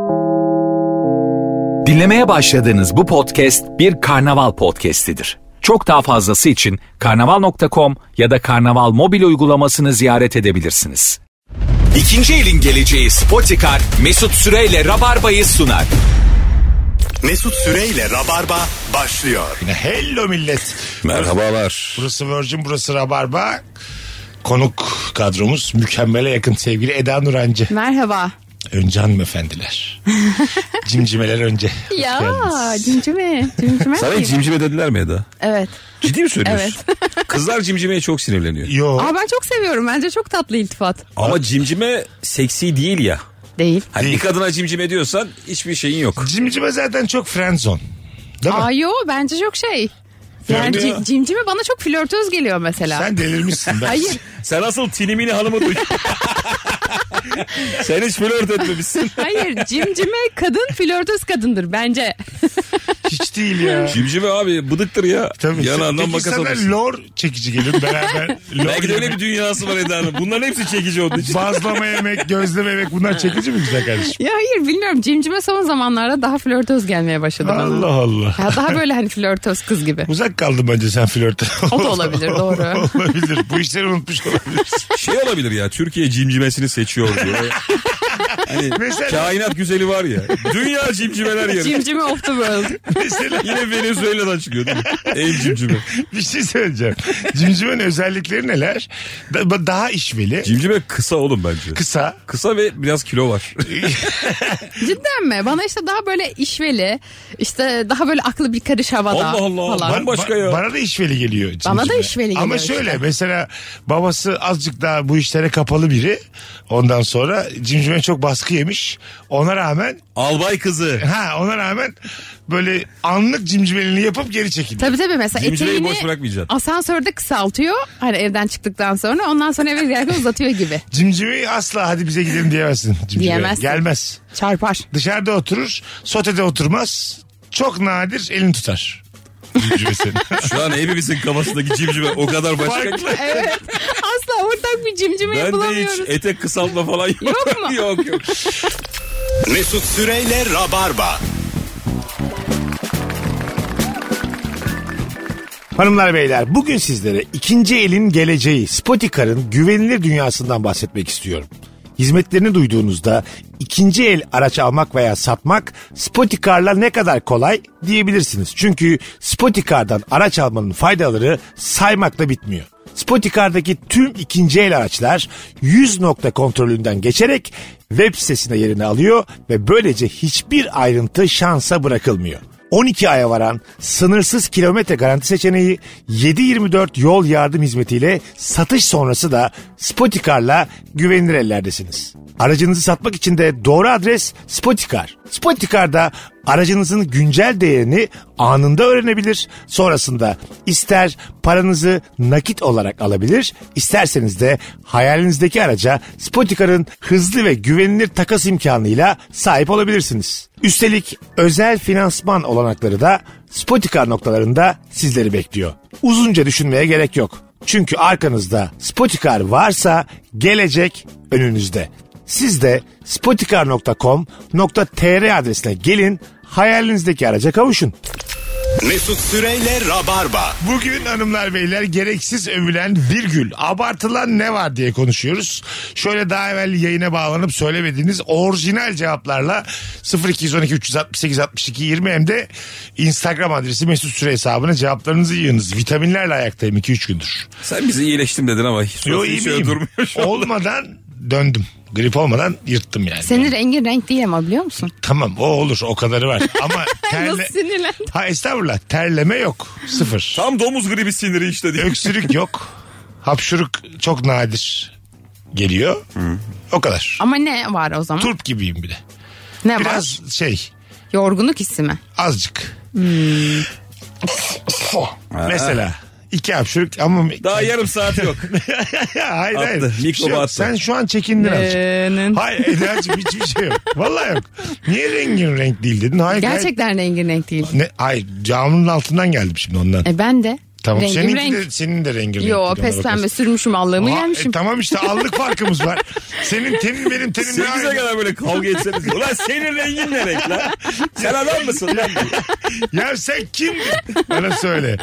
Dinlemeye başladığınız bu podcast bir karnaval podcastidir. Çok daha fazlası için karnaval.com ya da karnaval mobil uygulamasını ziyaret edebilirsiniz. İkinci elin geleceği Spotikar, Mesut Süreyle Rabarba'yı sunar. Mesut Süreyle Rabarba başlıyor. Hello millet. Merhabalar. Burası Virgin, burası Rabarba. Konuk kadromuz mükemmele yakın sevgili Eda Nurancı. Merhaba. Önce hanımefendiler. Cimcimeler önce. Ya cimcime. Cimcime Sana hiç cimcime dediler mi Eda? Evet. Ciddi mi söylüyorsun? Evet. Kızlar cimcimeye çok sinirleniyor. Yo. Ama ben çok seviyorum. Bence çok tatlı iltifat. Ama cimcime seksi değil ya. Değil. Hani Değil. bir kadına cimcime diyorsan hiçbir şeyin yok. Cimcime zaten çok friendzone. Değil mi? Yo bence çok şey. Yani Flört- cimcime bana çok flörtöz geliyor mesela. Sen delirmişsin. Ben... Hayır. Sen asıl tinimini hanımı duy. Sen hiç flört etmemişsin. Hayır, cimcime kadın flörtöz kadındır bence. Hiç değil ya. Cimcime abi bıdıktır ya. Tabii. Yanağından Peki makas sana alırsın. lor çekici gelir beraber. Belki de öyle bir dünyası var Eda'nın. Bunların hepsi çekici olduğu için. Bazlama yemek, gözleme yemek bunlar çekici mi güzel kardeşim? Ya hayır bilmiyorum, cimcime son zamanlarda daha flörtöz gelmeye başladı bana. Allah Allah. Ya daha böyle hani flörtöz kız gibi. Uzak kaldın bence sen flörte. O da olabilir, doğru. Olabilir. Bu işleri unutmuş olabilirsin. Şey olabilir ya, Türkiye cimcimesini seçiyor diyor. Hani Mesela- kainat güzeli var ya. Dünya cimcimeler yeri. Cimcime of the world. Mesela Yine Venezuela'dan çıkıyor değil mi? En cimcime. bir şey söyleyeceğim. Cimcimenin özellikleri neler? Daha işveli. Cimcime kısa oğlum bence. Kısa. Kısa ve biraz kilo var. Cidden mi? Bana işte daha böyle işveli, işte daha böyle aklı bir karış havada Allah Allah. falan. Bambaşka ya. Bana da işveli geliyor. Bana da cimcime. işveli geliyor Ama işte. şöyle mesela babası azıcık daha bu işlere kapalı biri. Ondan sonra cimcime çok baskı yemiş. Ona rağmen ona rağmen böyle anlık cimcimeliğini yapıp geri çekiliyor. Tabii mesela Cimcimeyi eteğini boş bırakmayacaksın. asansörde kısaltıyor. Hani evden çıktıktan sonra, ondan sonra eve giderken uzatıyor gibi. Cimcimeyi asla hadi bize gidelim diyemezsin. Cimcime. Diyemezsin. Gelmez. Çarpar. Dışarıda oturur, sotede oturmaz. Çok nadir elini tutar. Cimcime senin. Şu an hepimizin kafasındaki cimcime o kadar başka. Farklı. Evet. Asla ortak bir cimcime Ben de bulamıyoruz. hiç etek kısaltma falan yok. Yok mu? Yok. Mesut Süreyle Rabarba. Hanımlar beyler, bugün sizlere ikinci elin geleceği Spotikar'ın güvenilir dünyasından bahsetmek istiyorum. Hizmetlerini duyduğunuzda ikinci el araç almak veya satmak Spotikar'la ne kadar kolay diyebilirsiniz. Çünkü Spotikar'dan araç almanın faydaları saymakla bitmiyor. Spotikar'daki tüm ikinci el araçlar 100 nokta kontrolünden geçerek web sitesine yerini alıyor ve böylece hiçbir ayrıntı şansa bırakılmıyor. 12 aya varan sınırsız kilometre garanti seçeneği, 7/24 yol yardım hizmetiyle satış sonrası da Spotikar'la güvenilir ellerdesiniz. Aracınızı satmak için de doğru adres Spotikar. Spotikar'da aracınızın güncel değerini anında öğrenebilir. Sonrasında ister paranızı nakit olarak alabilir, isterseniz de hayalinizdeki araca Spotikar'ın hızlı ve güvenilir takas imkanıyla sahip olabilirsiniz. Üstelik özel finansman olanakları da Spotikar noktalarında sizleri bekliyor. Uzunca düşünmeye gerek yok. Çünkü arkanızda Spotikar varsa gelecek önünüzde. Siz de spotikar.com.tr adresine gelin, hayalinizdeki araca kavuşun. Mesut Süreyle Rabarba. Bugün hanımlar beyler gereksiz övülen virgül, abartılan ne var diye konuşuyoruz. Şöyle daha evvel yayına bağlanıp söylemediğiniz orijinal cevaplarla 0212 368 62 20 hem de Instagram adresi Mesut Süre hesabına cevaplarınızı yığınız. Vitaminlerle ayaktayım 2-3 gündür. Sen bizi iyileştim dedin ama Yo, iyi şey miyim? durmuyor şu anda. Olmadan döndüm. Grip olmadan yırttım yani. Senin rengin renk değil ama, biliyor musun? Tamam, o olur, o kadarı var. Ama Nasıl sinirlendin? Ha estağfurullah, terleme yok, sıfır. Tam domuz gribi siniri işte diye. Öksürük yok. Hapşuruk çok nadir geliyor. O kadar. Ama ne var o zaman? Turp gibiyim bir de. Ne Biraz var? şey, Yorgunluk hissi mi? azıcık. Mesela 2 hapşuruk ama... Daha yarım saat yok. hayır hayır. Attı, Hiçbir şey mikroba yok. attı. Sen şu an çekindin azıcık. Hayır Eda'cığım, hiçbir şey yok. Vallahi yok. Niye rengin renk değil dedin? Hayır. Gerçekten rengin renk değil. Hayır, camının altından geldim şimdi ondan. Ben de. Tamam Rengim seninki renk. de, senin de rengin. Yo renkli, ona pes pembe bakarsın. sürmüşüm allığımı gelmişim. Tamam işte allık farkımız var. Senin tenin benim tenim ne 8'e aynı. kadar böyle kavga etseniz. Ulan senin rengin ne renk lan? Sen adam mısın lan? Ya sen kimdin? Bana söyle.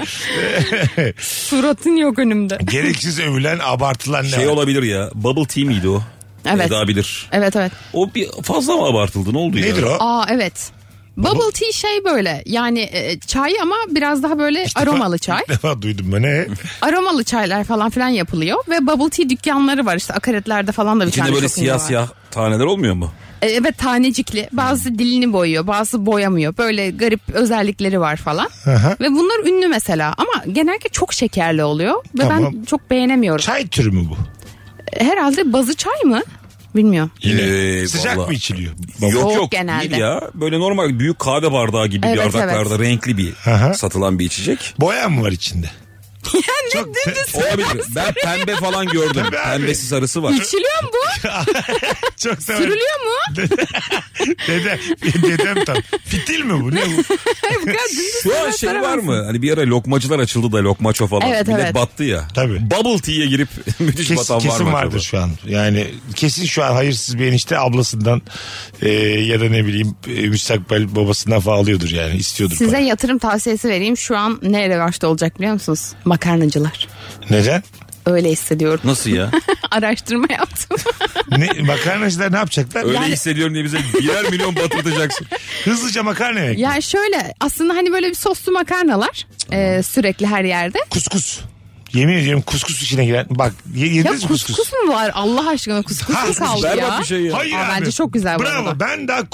Suratın yok önümde. Gereksiz övülen abartılan ne Şey var? olabilir ya. Bubble tea miydi o? Evet. Eda bilir. Evet. O bir fazla mı abartıldı? Ne oldu ya? Nedir o? Aa evet. Bubble tea şey böyle yani çay ama biraz daha böyle aromalı çay. İlk defa duydum ben. Ne? Aromalı çaylar falan filan yapılıyor ve bubble tea dükkanları var işte akaretlerde falan da bir İçinde tane böyle çok ünlü var. siyah taneler olmuyor mu? Evet tanecikli. Bazı dilini boyuyor, bazı boyamıyor. Böyle garip özellikleri var falan. Aha. Ve bunlar ünlü mesela ama genellikle çok şekerli oluyor ve Tamam. ben çok beğenemiyorum. Çay türü mü bu? Herhalde bazı çay mı? Bilmiyorum. Sıcak vallahi. mı içiliyor? Yok Soğuk yok genelde. değil ya. Böyle normal büyük kahve bardağı gibi Evet, bardaklarda renkli bir Aha. satılan bir içecek. Boya mı var içinde? Çok Olabilir. Ben pembe falan gördüm. Tabii abi. Pembesi sarısı var. İçiliyor mu bu? çok severim. Sürülüyor mu? Dedem tam. Fitil mi bu? Ne bu? Şu an şey var mı? Hani bir ara lokmacılar açıldı da lokmaço falan. Evet, Millet evet. battı ya. Tabii. Bubble tea'ye girip müthiş batan var Kesin mı vardır acaba? şu an. Yani kesin şu an hayırsız bir enişte ablasından ya da ne bileyim müstakbel babasından falan alıyordur yani istiyordur. Size para. yatırım tavsiyesi vereyim. Şu an ne revaçta olacak biliyor musunuz? Makarnacılar. Neden? Öyle hissediyorum. Nasıl ya? Araştırma yaptım. Makarnacılar ne yapacaklar? Öyle Yani- hissediyorum diye bize birer milyon batıracaksın. Hızlıca makarna yemek. Ya şöyle aslında hani böyle bir soslu makarnalar sürekli her yerde. Kuskus. Yemin ediyorum kuskus içine giren. Bak Ya yediniz mi kuskus mu var Allah aşkına kuskus Ha, mu kaldı berbat ya? bir şey ya. Hayır Aa, abi. bence çok güzel bu Bravo. arada. Ben daha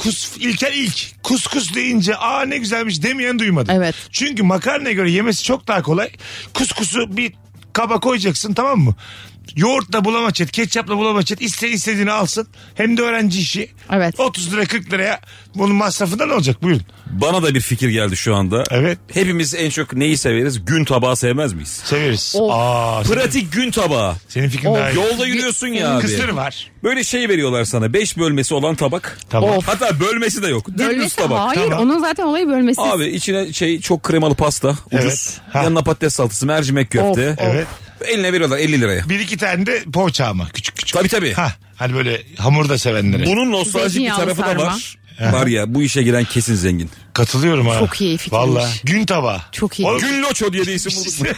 ilk kuskus deyince ne güzelmiş demeyen duymadım. Evet. Çünkü makarnaya göre yemesi çok daha kolay. Kuskusu bir kaba koyacaksın tamam mı? Yoğurtla bulamaç et, ketçapla bulamaç et. İstediğini alsın. Hem de öğrenci işi. Evet. 30 lira 40 liraya bunun masrafı da ne olacak? Buyurun. Bana da bir fikir geldi şu anda. Evet. Hepimiz en çok neyi severiz? Gün tabağı sevmez miyiz? Severiz. Of. Pratik gün tabağı. Senin fikrin daha iyi. Yolda yürüyorsun ya abi. Kısır var. Böyle şey veriyorlar sana. 5 bölmesi olan tabak. Tamam. Of. Hatta bölmesi de yok. Dümdüz Bölmesi tabak. hayır Tamam. onun zaten olayı bölmesi. Abi içine çok kremalı pasta. Evet. Ucuz. Ha. Yanına patates salatası, mercimek köfte. Of, Evet. Eline veriyorlar 50 liraya. Bir iki tane de poğaça ama küçük küçük. Tabii. Ha, hani böyle hamur da sevenlere. Bunun nostaljik bir Zeytinyağlı tarafı da sarma. var. Var ya bu işe giren kesin zengin. Katılıyorum ha. Çok iyi fikirmiş. Valla. Gün tabağı. Çok iyi. Oğlum, Gün loço diye de isim bulduk.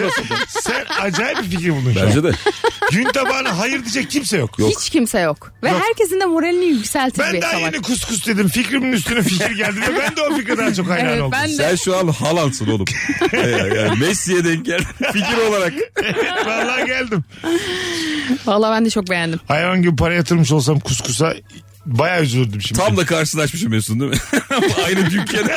sen acayip bir fikir buldun şu an. Bence de. Gün tabağına hayır diyecek kimse yok. Hiç kimse yok. Ve Yok. herkesin de moralini yükseltir Ben bir daha tabak. yeni kuskus dedim. Fikrimin üstüne fikir geldi ve ben de o fikre daha çok hayran Evet oldum. ben de. Sen şu an Haaland'sın oğlum. yani Messi'ye denk gel. Fikir olarak. Vallahi geldim. Valla ben de çok beğendim. Hayvan gibi para yatırmış olsam kuskusa bayağı üzüldüm şimdi. Tam da karşılaşmışım Mesut'un değil mi? Aynı dükkana.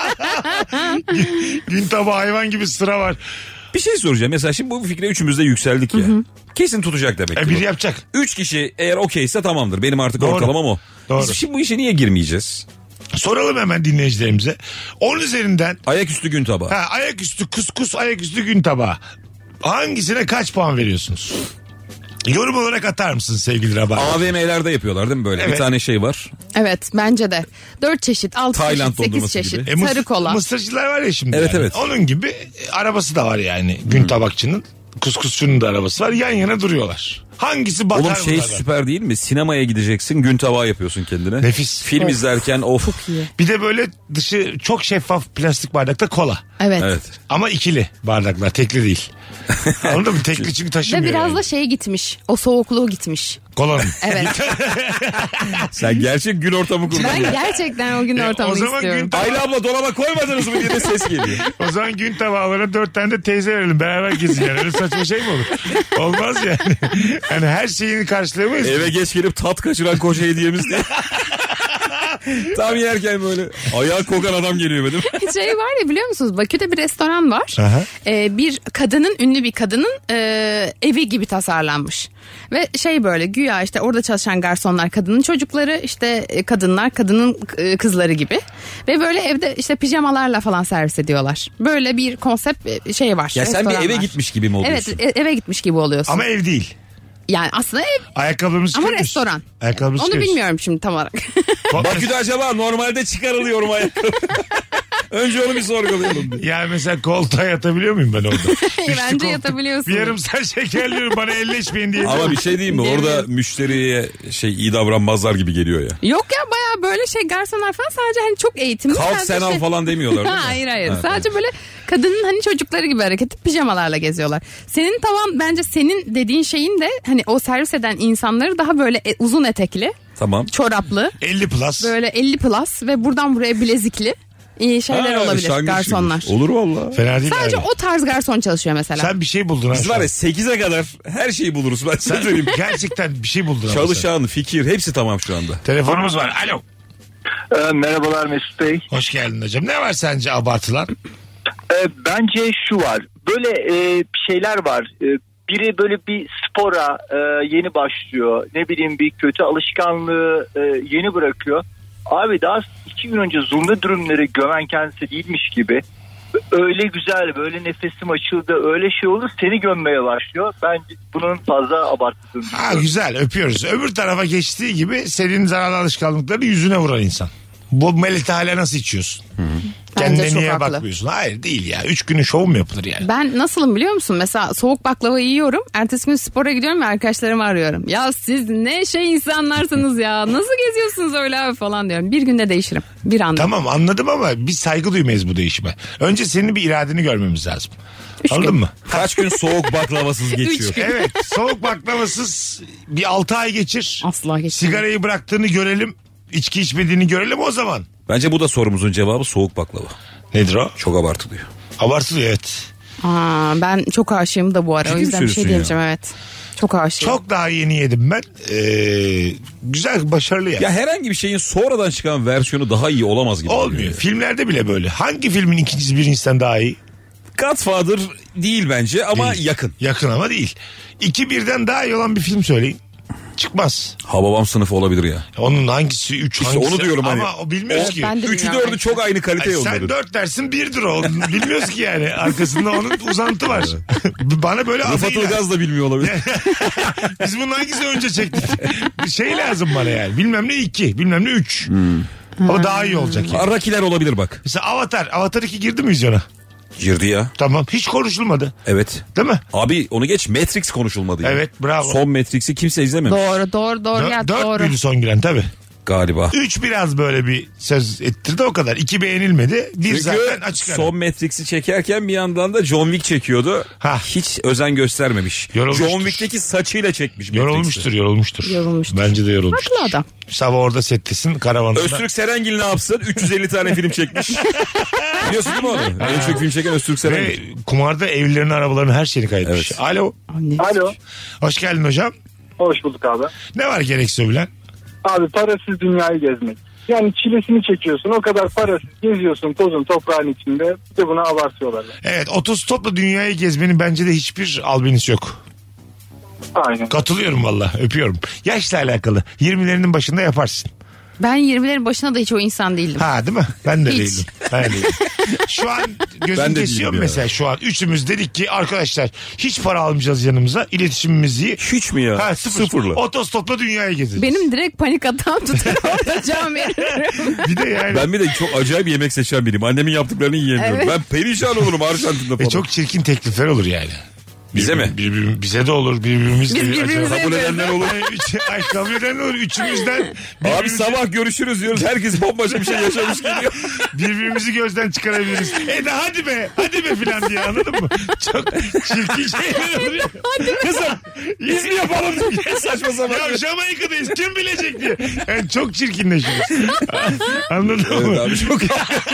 Gün tabağı hayvan gibi sıra var. Bir şey soracağım. Mesela şimdi bu fikre üçümüz de yükseldik ya. Kesin tutacak demek ki. Biri bu. yapacak. 3 kişi eğer okeyse tamamdır. Benim artık Doğru. ortalamam o. Doğru. Biz şimdi bu işe niye girmeyeceğiz? Soralım hemen dinleyicilerimize. 10 üzerinden Ayaküstü gün tabağı. ayaküstü kuskus ayaküstü gün tabağı. Hangisine kaç puan veriyorsunuz? Yorum olarak atar mısınız sevgili Rabar? AVM'lerde yapıyorlar değil mi böyle? Evet. Bir tane şey var. Evet bence de. 4 çeşit, 6 Tayland çeşit, 8 dondurması çeşit. gibi. Sarı kola. Mısırcılar var ya şimdi. Evet, yani. evet. Onun gibi arabası da var yani. Gün tabakçının. Kuskusçunun da arabası var. Yan yana duruyorlar. Hangisi batar Oğlum şey bunlardan? süper değil mi? Sinemaya gideceksin gün tabağı yapıyorsun kendine. Nefis. Film Of. izlerken of. İyi. Bir de böyle dışı çok şeffaf plastik bardakta kola. Evet. Evet. Ama ikili bardaklar. Tekli değil. Anladın mı? Tekli çünkü Ve taşımıyor. biraz yani. da şey gitmiş. O soğukluğu gitmiş. Kolanın. Evet. Sen gerçek gün ortamı kurdun. Ben ya. gerçekten o gün o ortamını zaman istiyorum. gün Ayla abla dolaba koymadınız mı diye de ses geliyor. O zaman gün tabağlarına 4 tane de teyze verelim. Beraber gezin yani. Öyle saçma şey mi olur? Olmaz yani. Hani her şeyini karşılayamayız. Eve geç gelip tat kaçıran koca hediyemiz diye. Tam yerken böyle ayağı kokan adam geliyor benim. Şey var ya biliyor musunuz? Bakü'de bir restoran var. Aha. Ünlü bir kadının evi gibi tasarlanmış. Ve şey böyle güya işte orada çalışan garsonlar kadının çocukları, işte kadınlar kadının kızları gibi. Ve böyle evde işte pijamalarla falan servis ediyorlar. Böyle bir konsept şey var. Ya sen bir restoran eve var. gitmiş gibi mi oluyorsun? Evet eve gitmiş gibi oluyorsun. Ama ev değil. Yani aslında ev Ayakkabılarımızı ama çıkarıyoruz. restoran. Ayakkabılarımızı Onu çıkarıyoruz. bilmiyorum şimdi tam olarak. Bakü'de acaba normalde çıkarılıyorum ayakkabı. Önce onu bir sorgulayalım. Ya mesela koltuğa yatabiliyor muyum ben orada? Bence yatabiliyorsun. Bir yarım saat şekerliyorum bana elleşmeyin diye. Ama bir şey diyeyim mi? Orada müşteriye iyi davranmazlar gibi geliyor ya. Yok ya, baya böyle garsonlar falan sadece hani çok eğitimli. Kalk sen al falan demiyorlar değil mi? Hayır. Sadece böyle kadının hani çocukları gibi hareket edip pijamalarla geziyorlar. Senin bence senin dediğin şeyin de hani o servis eden insanları daha böyle uzun etekli. Tamam. Çoraplı. 50 plus. Böyle 50 plus ve buradan buraya bilezikli şeyler olabilir garsonlar. Olur valla. Fena değil. Sadece yani. o tarz garson çalışıyor mesela. Sen bir şey buldun. Biz var ya 8'e kadar her şeyi buluruz. Ben size söyleyeyim. Gerçekten bir şey buldun. Çalışan, fikir hepsi tamam şu anda. Telefonumuz var. Alo. Merhabalar Mesut Bey. Hoş geldin hocam. Ne var sence abartılan? Bence şu var. Böyle şeyler var. Biri böyle bir spora yeni başlıyor. Ne bileyim bir kötü alışkanlığı yeni bırakıyor. Abi daha 2 gün önce zurna dürümleri gömen kendisi değilmiş gibi. Öyle güzel, böyle nefesim açıldı, öyle şey olur seni gömmeye başlıyor. Ben bunun fazla abartıldığını düşünüyorum. Güzel, öpüyoruz. Öbür tarafa geçtiği gibi senin zararlı alışkanlıkları yüzüne vuran insan. Bu melete hala nasıl içiyorsun? Kendine çok niye haklı. bakmıyorsun? Hayır değil ya. 3 günün şovu mu yapılır yani? Ben nasılım biliyor musun? Mesela soğuk baklava yiyorum. Ertesi gün spora gidiyorum ve arkadaşlarımı arıyorum. Ya siz ne insanlarsınız ya. Nasıl geziyorsunuz öyle abi falan diyorum. Bir günde değişirim. Bir anda. Tamam anladım ama biz saygı duymayız bu değişime. Önce senin bir iradeni görmemiz lazım. Anladın mı? Kaç gün soğuk baklavasız geçiyor. Evet, soğuk baklavasız bir 6 ay geçir. Asla geçmem. Sigarayı bıraktığını görelim. İçki içmediğini görelim o zaman. Bence bu da sorumuzun cevabı soğuk baklava. Nedir o? Çok abartılıyor. Abartılıyor evet. Ben çok aşığım da bu ara. Ciddi O yüzden bir şey misin diyemeyeceğim evet. Çok aşığım. Çok daha yeni yedim ben. Güzel, başarılı ya. Ya herhangi bir şeyin sonradan çıkan versiyonu daha iyi olamaz gibi. Olmuyor. geliyor. Filmlerde bile böyle. Hangi filmin ikincisi birincisinden daha iyi? Godfather değil bence ama Değil. yakın. Yakın ama değil. 2-1'den daha iyi olan bir film söyleyin. Çıkmaz. Hababam sınıfı olabilir ya. Onun hangisi 3 hangisi? onu diyorum hani. Ama o bilmiyoruz ki. ben de 3'ü bilmiyorum. 4'ü çok aynı kalite Ay, sen yolladı. 4 dersin 1'dir o. Bilmiyoruz ki yani. Arkasında onun uzantı var. Bana böyle Rıfat adıyla. Ilgaz da bilmiyor olabilir. Biz bunun hangisi önce çektik? Bir şey lazım bana yani. Bilmem ne 2, bilmem ne 3. O daha iyi olacak yani. Arakiler olabilir bak. Mesela Avatar. Avatar 2 girdi mi vizyona? Girdi ya. Tamam. Hiç konuşulmadı. Evet. Değil mi? Abi onu geç, Matrix konuşulmadı ya. Evet, bravo. Son Matrix'i kimse izlememiş. Doğru ya 4 doğru. müydü son giren tabii. Galiba. 3 biraz böyle bir söz ettirdi o kadar. 2 beğenilmedi. 1 zaten Çünkü açık ara. son Matrix'i çekerken bir yandan da John Wick çekiyordu. Hiç özen göstermemiş. Yorulmuştur. John Wick'teki saçıyla çekmiş Matrix'i. Yorulmuştur. Bence de yorulmuştur. Haklı adam. Sabah orada settesin karavanında. Öztürk Serengil ne yapsın? 350 tane film çekmiş. Biliyorsun değil mi onu? En çok film çeken Öztürk Ve Serengil. kumarda evlerini, arabalarını, her şeyini kaybetmiş. Evet. Alo. Alo. Hoş geldin hocam. Hoş bulduk abi. Ne var gereksiz bilen? Abi parasız dünyayı gezmek. Yani çilesini çekiyorsun, o kadar parasız geziyorsun tozun toprağın içinde, bir de buna abartıyorlar. Evet, otostopla dünyayı gezmenin bence de hiçbir albenisi yok. Aynen. Katılıyorum valla, öpüyorum. Yaşla alakalı. 20'lerinin başında yaparsın. Ben 20'lerin başına da hiç o insan değildim. Ha değil mi? Ben de Hiç. değilim. Ben de değilim. Şu an Ben gözüm de kesiyor değilim mesela ya. şu an. Üçümüz dedik ki arkadaşlar hiç para almayacağız yanımıza. İletişimimiz iyi. Hiç mi ya? Ha, Sıfırlı. Otostopla dünyayı gezeceğiz. Benim direkt panik atağım tutar orada cam veririm. Bir de yani. Ben bir de çok acayip yemek seçen biriyim. Annemin yaptıklarını yiyemiyorum. Evet. Ben perişan olurum Arjantin'de falan. Çok çirkin teklifler olur yani. Bize mi? Bize de olur, birbirimiz de. Biz birbirimize Acaba- Kabul edenler olur. Ay kabul edenler olur. Üçümüzden Abi birbirimizi- sabah görüşürüz diyoruz. Herkes bombaca bir şey yaşamış geliyor. birbirimizi gözden çıkarabiliriz. De hadi be filan diye, anladın mı? Çok çirkin şeyler oluyor. Kızım biz mi yapalım? Saçma sapan. Ya Jamaika'dayız, kim bilecek diye. Yani çok çirkinleşiyoruz. Anladın mı? Evet abi çok.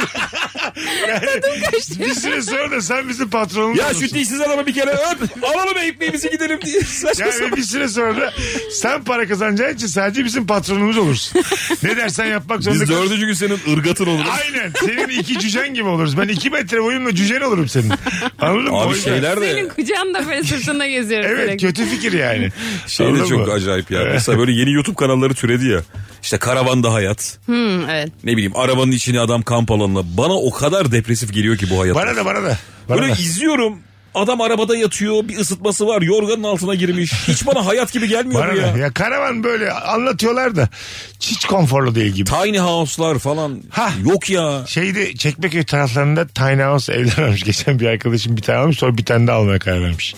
Bir süre sonra da sen bizim patronumuz Ya olursun. şu dişsiz adamı bir kere öp. Alalım ekmeğimizi gidelim diye. Saçma Yani sapan. bir süre sonra sen para kazanacağın için sadece bizim patronumuz olursun. Ne dersen yapmak zorunda Biz kalırsın. 4. gün senin ırgatın oluruz. Aynen. Senin 2 cücen gibi oluruz. Ben 2 metre boyumla cücen olurum senin. Anladın mı? O Abi yüzden- şeyler Senin de kucağında böyle sırtında geziyorum Evet, sürekli. kötü fikir yani. şey de Anladın çok mı? acayip ya. Mesela böyle yeni YouTube kanalları türedi ya. İşte karavanda hayat. Evet. Ne bileyim arabanın içine adam kamp alanına. Bana o kadar depresif geliyor ki bu hayat. Bana da. Böyle izliyorum. Adam arabada yatıyor, bir ısıtması var, yorganın altına girmiş. Hiç bana hayat gibi gelmiyor bu ya. Ya karavan böyle anlatıyorlar da hiç konforlu değil gibi. Tiny house'lar falan yok ya. Şeyde Çekmeköy taraflarında tiny house evler varmış. Geçen bir arkadaşım bir tane almış, sonra bir tane daha almaya karar vermiş.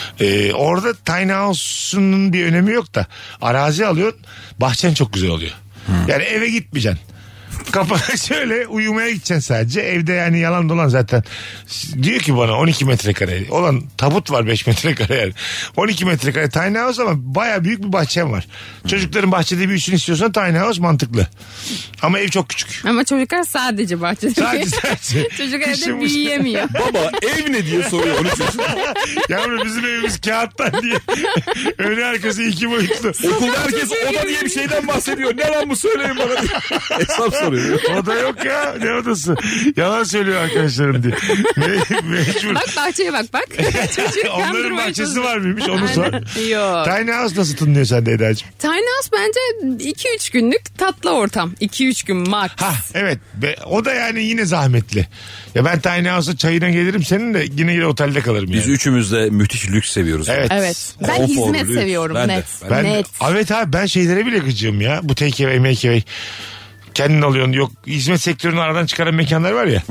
Orada tiny house'un bir önemi yok da arazi alıyorsun, bahçen çok güzel oluyor. Yani eve gitmeyeceksin. Kapağı şöyle uyumaya gideceksin sadece. Evde yani yalan dolan zaten. Diyor ki bana 12 metrekare. Olan tabut var 5 metrekare yani. 12 metrekare tiny house ama baya büyük bir bahçem var. Çocukların bahçede büyüsün istiyorsan tiny house mantıklı. Ama ev çok küçük. Ama çocuklar sadece bahçede. Sadece. Çocuk evde büyüyemiyor. Baba ev ne diye soruyor onu çocuk. Yavrum bizim evimiz kağıttan diye. Önü arkası 2 boyutlu. Okulda herkes oda diye bir şeyden bahsediyor. Ne lan bu, söyleyin bana diye. Hesap soruyor. Oda yok ya. Ne odası? Yalan söylüyor arkadaşlarım diye. Mecbur. Bak bahçeye bak. Çocuk Onların bahçesi var mıymış onu sor. Yok. Tiny house nasıl tınlıyor sende Eda'cığım? Tiny house bence 2-3 günlük tatlı ortam. 2-3 gün max. Evet. O da yani yine zahmetli. Ya ben tiny house'a çayına gelirim senin de yine otelde kalırım yani. Biz üçümüz de müthiş lüks seviyoruz. Evet. Ben Konforlu, hizmet lüks. seviyorum. Ben de. Net. Ben, Net. evet abi ben şeylere bile gıcığım ya. Bu take away, make away. Kendin alıyorsun. Yok hizmet sektörünü aradan çıkaran mekanlar var ya.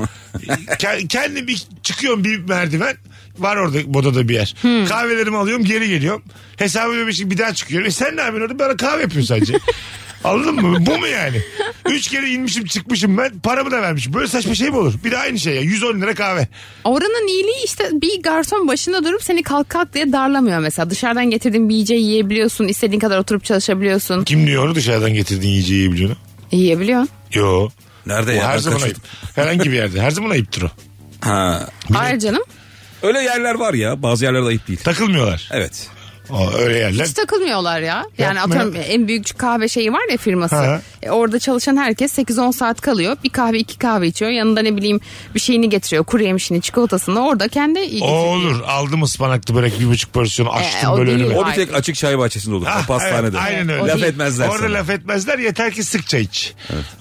Kendim bir çıkıyorum bir merdiven. Var orada bodada bir yer. Kahvelerimi alıyorum geri geliyorum. Hesabı ödemişim bir daha çıkıyorum. Sen ne yapıyorsun orada? Bana kahve yapıyorsun sadece. Anladın mı? Bu mu yani? 3 kere inmişim çıkmışım ben. Paramı da vermişim. Böyle saçma şey mi olur? Bir de aynı şey ya. 110 lira kahve. Oranın iyiliği işte bir garson başında durup seni kalk diye darlamıyor mesela. Dışarıdan getirdiğin bir yiyeceği yiyebiliyorsun. İstediğin kadar oturup çalışabiliyorsun. Kim diyor onu dışarıdan getirdiğin yiyeceği yiyebiliyor? Yiyebiliyorsun. Yo. Nerede O ya? her Ben zaman kaçırdım. ayıp. Herhangi bir yerde. Her zaman ayıptır o. Ha. Hayır canım. Öyle yerler var ya. Bazı yerlerde ayıp değil. Takılmıyorlar. Evet. Öyle yerler. Hiç takılmıyorlar ya. Yani Yapma atıyorum ya. en büyük kahve şeyi var ya firması. Ha. Orada çalışan herkes 8-10 saat kalıyor. Bir kahve 2 kahve içiyor. Yanında ne bileyim bir şeyini getiriyor. Kuru yemişini, çikolatasını orada kendi O olur. Aldım ıspanaklı börek 1,5 porsiyon açtım o böyle değil. önüme. O bir tek açık çay bahçesinde olur. Ha, O pastanede. evet, aynen öyle. O Laf değil. etmezler Orada sana. laf etmezler yeter ki sık çay iç.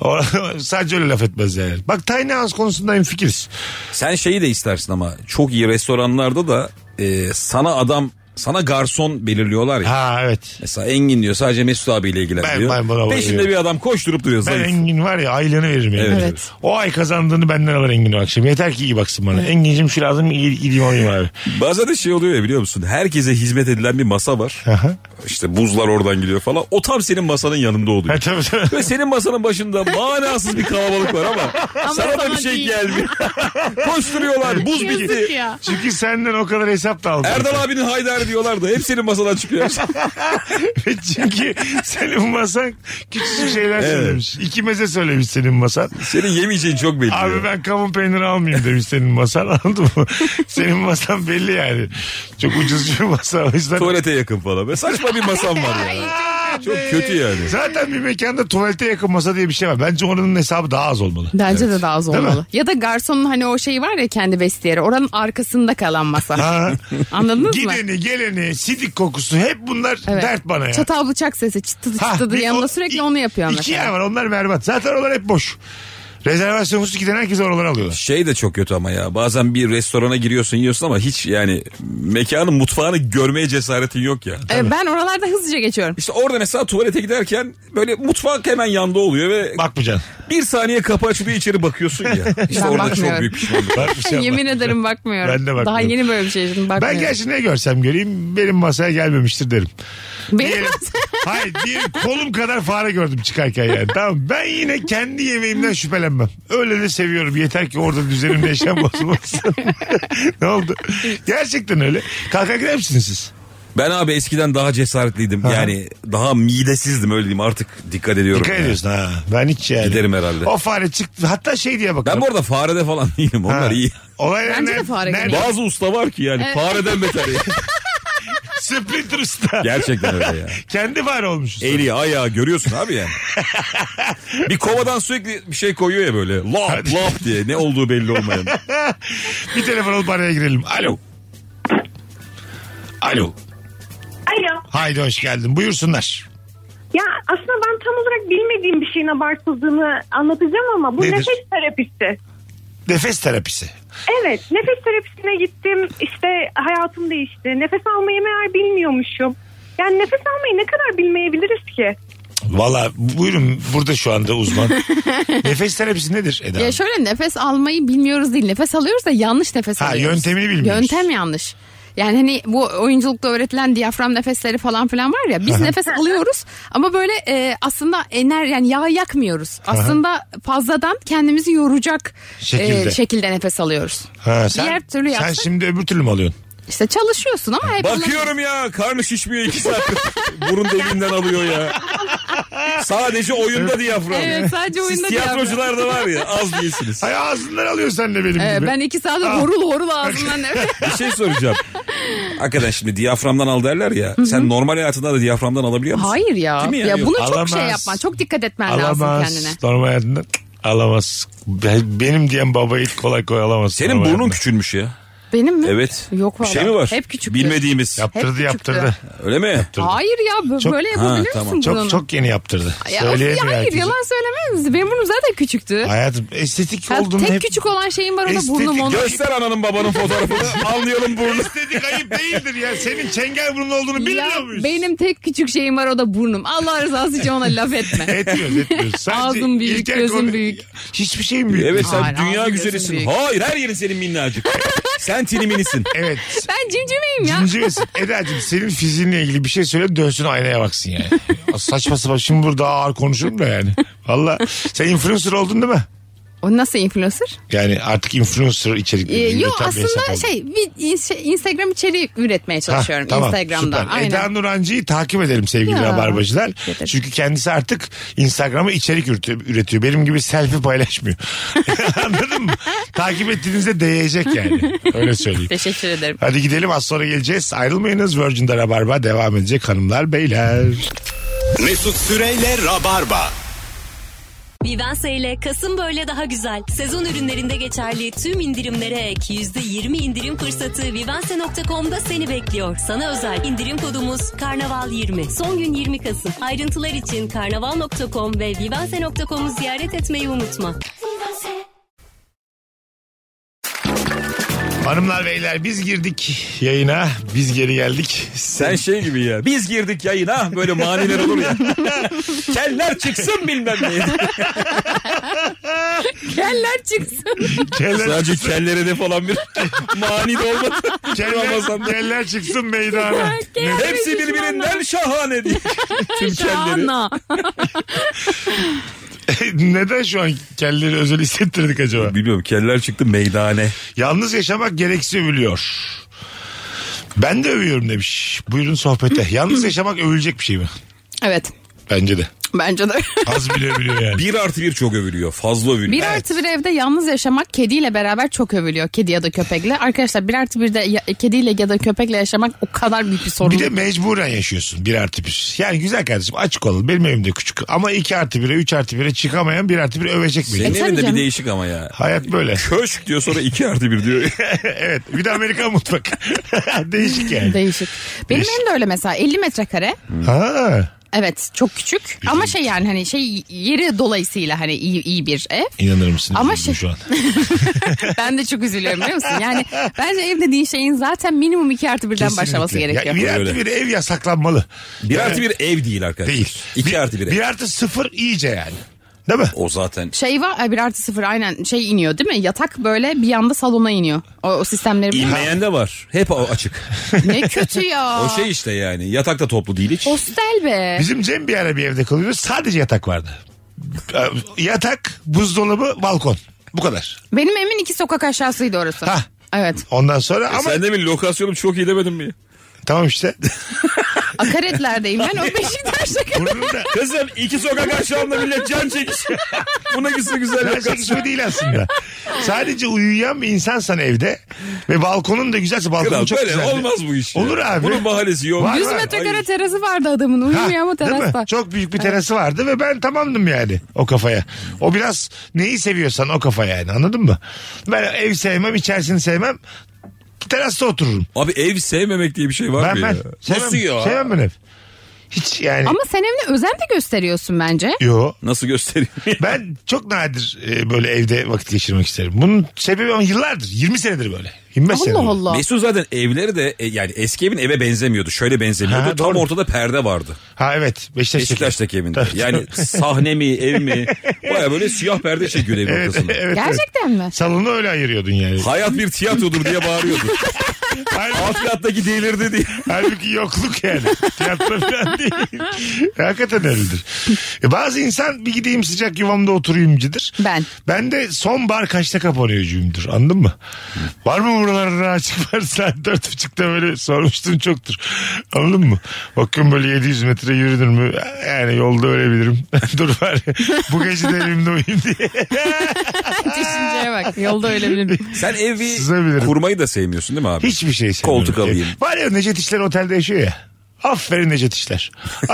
Sadece öyle laf etmezler. Bak tiny house konusunda hemfikiriz. Sen şeyi de istersin ama çok iyi restoranlarda da sana garson belirliyorlar ya. Ha evet. Mesela Engin diyor sadece Mesut abiyle ilgileniyor. Ben buna Peşinde bayılıyorum. bir adam koşturup duruyor. Ben Zayıf. Engin var ya aylığını veririm. Yani. Evet. O ay kazandığını benden alır Engin o akşam. Yeter ki iyi baksın bana. Engin'cim şu lazım gideyim alayım abi. Bazen de şey oluyor ya biliyor musun? Herkese hizmet edilen bir masa var. Aha. İşte buzlar oradan gidiyor falan. O tam senin masanın yanında oluyor. Ha, tabii. Ve senin masanın başında manasız bir kalabalık var ama sana da sana bir şey değil. gelmiyor. Koşturuyorlar. Buz Yazık bitti. ya. Çünkü senden o kadar hesap da aldım. Erdal abinin haydarı diyorlar da hep senin masadan çıkıyor. Çünkü senin masan küçücük şeyler söylemiş. 2 meze söylemiş senin masan. Senin yemeyeceğin çok belli. Abi ben kavun peyniri almayayım demiş senin masan, anladın mı? Senin masan belli yani. Çok ucuz bir masa. O yüzden Tuvalete yakın falan. Ve saçma bir masam var ya. Çok kötü yani. zaten bir mekanda tuvalete yakın masa diye bir şey var. Bence onun hesabı daha az olmalı. Bence de daha az Değil mi? olmalı. Ya da garsonun hani o şeyi var ya kendi vestiyeri. Oranın arkasında kalan masa. Ha. Anladınız mı? Gideni geleni sidik kokusu hep bunlar Evet. dert bana ya. Çatal bıçak sesi çıtıdı Ha, çıtıdı bir yanında o- sürekli onu yapıyor İki mesela. yer var, onlar berbat. Zaten oralar hep boş. Rezervasyonsuz giden herkes oraları alıyorlar. Şey de çok kötü ama ya. Bazen bir restorana giriyorsun yiyorsun ama hiç yani mekanın mutfağını görmeye cesaretin yok ya. Ben oralarda hızlıca geçiyorum. İşte orada mesela tuvalete giderken böyle mutfak hemen yanda oluyor ve Bakmayacaksın. bir saniye kapı açılıyor içeri bakıyorsun ya. İşte Ben orada çok bakmıyorum. büyük pişmanlık. Bakmayacağım. Yemin ederim bakmıyorum. Ben de bakmıyorum. Daha yeni böyle bir şey yaşadım bakmıyorum. Ben gerçi ne görsem göreyim benim masaya gelmemiştir derim. Benim Diyelim, hayır diyelim kolum kadar fare gördüm çıkarken yani. Tamam, ben yine kendi yemeğimden şüphelenmem. Öyle de seviyorum. Yeter ki orada düzenimde yaşam bozulmasın. Ne oldu? Gerçekten öyle. Kalkar gider misiniz siz? Ben abi eskiden daha cesaretliydim. Ha. Yani daha midesizdim öyle diyeyim. Artık dikkat ediyorum. Dikkat yani. ediyorsun ha. Ben hiç yani. Giderim herhalde. O fare çıktı. Hatta şey diye bakarım. Ben bu arada farede falan değilim. Onlar Ha. iyi. Olaylar Bence de nerede? fare Nerede? geliyor. Bazı usta var ki yani fareden beter ya. Splinter Usta. Gerçekten öyle ya. Kendi fare olmuş usta. Eli ayağı görüyorsun abi yani. Bir kovadan sürekli bir şey koyuyor ya böyle. Lap lap diye. Ne olduğu belli olmayan. Bir telefon alıp araya girelim. Alo. Alo. Alo. Haydi hoş geldin. Buyursunlar. Ya aslında ben tam olarak bilmediğim bir şeyin abartıldığını anlatacağım ama bu Nedir? nefes terapisti. Nefes terapisi. Evet, nefes terapisine gittim. İşte hayatım değişti. Nefes almayı meğer bilmiyormuşum. Yani nefes almayı ne kadar bilmeyebiliriz ki? Valla buyurun, burada şu anda uzman. Nefes terapisi nedir Eda? Ya şöyle, nefes almayı bilmiyoruz değil. Nefes alıyoruz da yanlış nefes alıyoruz. Yöntemini bilmiyoruz. Yöntem yanlış. Yani hani bu oyunculukta öğretilen diyafram nefesleri falan filan var ya, biz nefes alıyoruz ama böyle aslında yani yağ yakmıyoruz. Aslında fazladan kendimizi yoracak şekilde nefes alıyoruz. Diğer türlü sen yapsak, şimdi öbür türlü mü alıyorsun? İşte çalışıyorsun ama hep Bakıyorum ya, karnı şişmiyor 2 saattir. Burun deliğinden alıyor ya. Sadece oyunda diyafram. Evet, sadece oyunda Siz tiyatrocular da var ya, az değilsiniz. Ay, ağzından alıyor sen de benim gibi. Ben 2 saat horul ağzımdan Bir şey soracağım. Hakikaten şimdi diyaframdan al derler ya. Sen normal hayatında da diyaframdan alabiliyor musun? Hayır ya. Değil mi Ya Yok. bunu Alamaz. çok yapman. Çok dikkat etmen lazım kendine. Normal hayatında alamaz. Benim diyen baba hiç kolay alamaz. Senin normal burnun hayatında. küçülmüş ya. Benim mi? Evet. Yok Bir vallahi. şey mi var? Hep küçüktü. Bilmediğimiz. Yaptırdı. Öyle mi? Hayır ya, böyle yapabilir tamam. misin bunu? Çok yeni yaptırdı. Hayır, herkese. yalan söylemez. Benim burnum zaten küçüktü. Hayatım estetik oldum Tek hep. küçük olan şeyim var, o da Estetik burnum. Onu. Göster ananın babanın fotoğrafını. Anlayalım burnu. Estetik ayıp değildir ya. Senin çengel burnu olduğunu bilmiyor muyuz? Benim tek küçük şeyim var, o da burnum. Allah rızası için ona laf etme. Etmiyoruz. Sadece Ağzım büyük, İlker gözüm konu- büyük. Hiçbir şeyim büyük. Evet, sen Hayır, dünya ağzın güzelisin. büyük. Hayır, her yerin senin minnacık. Sen tiniminisin. Evet. Ben cimcimeyim ya. Cincimesin. Eda'cığım, senin fiziğinle ilgili bir şey söyle, dönsün aynaya baksın yani. Saçma sapan, şimdi burada ağır konuşurum da yani. Valla sen influencer oldun değil mi? O nasıl influencer? Yani artık influencer içerik Yok, üreten bir hesap aslında oldun. Instagram içeriği üretmeye çalışıyorum. Tamam, Instagram'da. süper. Aynen. Eda Nurancı'yı takip edelim sevgili Ya, rabarbacılar. ederim. Çünkü kendisi artık Instagram'a içerik üretiyor. Benim gibi selfie paylaşmıyor. Anladın mı? Takip ettiğinizde değecek yani. Öyle söyleyeyim. Teşekkür ederim. Hadi gidelim, az sonra geleceğiz. Ayrılmayınız. Virgin'de Rabarba devam edecek hanımlar beyler. Mesut Süreyle Rabarba. Vivense ile Kasım böyle daha güzel. Sezon ürünlerinde geçerli tüm indirimlere ek %20 indirim fırsatı Vivense.com'da seni bekliyor. Sana özel indirim kodumuz Karnaval20. Son gün 20 Kasım. Ayrıntılar için Karnaval.com ve Vivense.com'u ziyaret etmeyi unutma. Hanımlar beyler, biz girdik yayına, biz geri geldik. Sen şey gibi ya. Biz girdik yayına, böyle maniler olur ya. Keller çıksın bilmem ne. Keller çıksın. Sadece kellere de falan bir mani de olmadı. Ramazan'da. Keller çıksın meydana. Hepsi birbirinden şahane diye. Tüm kelleri. Şahana. Neden şu an kelleri özel hissettirdik acaba? Bilmiyorum, keller çıktı meydane. Yalnız yaşamak gereksiz övülüyor. Ben de övüyorum demiş. Buyurun sohbete. Yalnız yaşamak övülecek bir şey mi? Evet. Bence de. Bence de. Az bile övülüyor yani. 1+1 çok övülüyor. Fazla övülüyor. 1+1 evde yalnız yaşamak kediyle beraber çok övülüyor. Kedi ya da köpekle. Arkadaşlar 1+1'de kediyle ya da köpekle yaşamak o kadar büyük bir sorun. Bir de mecburen yaşıyorsun 1+1. Yani güzel kardeşim, açık olun. Benim evimde küçük. Ama 2+1'e 3+1'e çıkamayan 1+1 övecek Senin beni. tabii evinde bir canım. değişik ama ya. Hayat böyle. Köşk diyor, sonra 2+1 diyor. Evet. Bir de Amerikan mutfak. Değişik yani. Değişik. Benim Değişik. evim de öyle mesela 50 metrekare. Ha. Evet, çok küçük ama yani hani yeri dolayısıyla hani iyi bir ev. İnanır mısın? Ama Üzüldüm şu an. Ben de çok üzülüyorum, biliyor musun? Yani bence ev dediğin şeyin zaten minimum 2+1'den başlaması Kesinlikle. gerekiyor. Ya 1+1 ev yasaklanmalı. 1+1 ev değil arkadaşlar. Değil. 2+1 ev. 1+0 iyice yani. Değil mi? O zaten. Şey var, 1+0 aynen iniyor değil mi? Yatak böyle bir anda salona iniyor. O sistemleri biliyor musun? İnmeyen de var. Hep açık. Ne kötü ya. O şey işte yani. Yatak da toplu değil hiç. Hostel be. Bizim Cem bir ara bir evde kalıyordu. Sadece yatak vardı. Yatak, buzdolabı, balkon. Bu kadar. Benim evimin 2 sokak aşağısıydı orası. Ha. Evet. Ondan sonra ama Sen de mi lokasyonum çok iyi demedin mi? tamam işte. Akaretlerdeyim ben. O Beşiktaş'ta Burnunda. Kızım 2 sokak aşağımda millet can çekişiyor. Bu ne güzel Her lokasyon. çekişme değil aslında. Sadece uyuyan bir insansan evde ve balkonun da güzelse, balkonun Kral çok böyle güzeldi. olmaz bu iş. ya. Olur abi. Bunun bahanesi yok. Var, 100 var. metrekare Hayır. terası vardı adamın. Ha, Uyumuyor ama değil mi? terasta. Çok büyük bir terası vardı ve ben tamamdım yani o kafaya. O biraz neyi seviyorsan o kafa yani, anladın mı? Ben ev sevmem, içerisini sevmem. Terasta otururum. Abi ev sevmemek diye bir şey var mı ya? Sevmem, Nasıl ya? Sevmem ben ev. Hiç yani. Ama sen evine özen de gösteriyorsun bence. Yo. Nasıl göstereyim? Ben çok nadir böyle evde vakit geçirmek isterim. Bunun sebebi ama yıllardır. 20 senedir böyle. 25 senedir. Allah Allah. Mesut zaten evleri de yani eski evin eve benzemiyordu. Şöyle benzemiyordu. Ha, Tam doğru. ortada perde vardı. Ha evet. Beşiktaş'taki evinde. Yani sahne mi ev mi? Baya böyle siyah perde çekiyor evin Evet, ortasında. evet, Gerçekten mi? Salonu öyle ayırıyordun yani. Hayat bir tiyatrodur diye bağırıyordu. Alt kattaki delirdi diye. Halbuki yokluk yani. Tiyatro falan değil. Hakikaten öyledir. Bazı insan bir gideyim sıcak yuvamda oturayımcıdır. Ben de son bar kaçta kapanıyorcuyumdur. Anladın mı? Var mı buralarda açık var saat 4.30'da böyle sormuştum çoktur. Anladın mı? Bakın böyle 700 metre yürüdün mü? Yani yolda ölebilirim. Dur var ya, bu gece de evimde uyuyayım diye. Düşünceye bak. Yolda öyle bilir. Sen evi Sızabilirim. kurmayı da sevmiyorsun değil mi abi? Hiçbir şey sevmiyorum. Koltuk alayım. Var ya Necdet İşler otelde yaşıyor ya. Aferin Necdet İşler.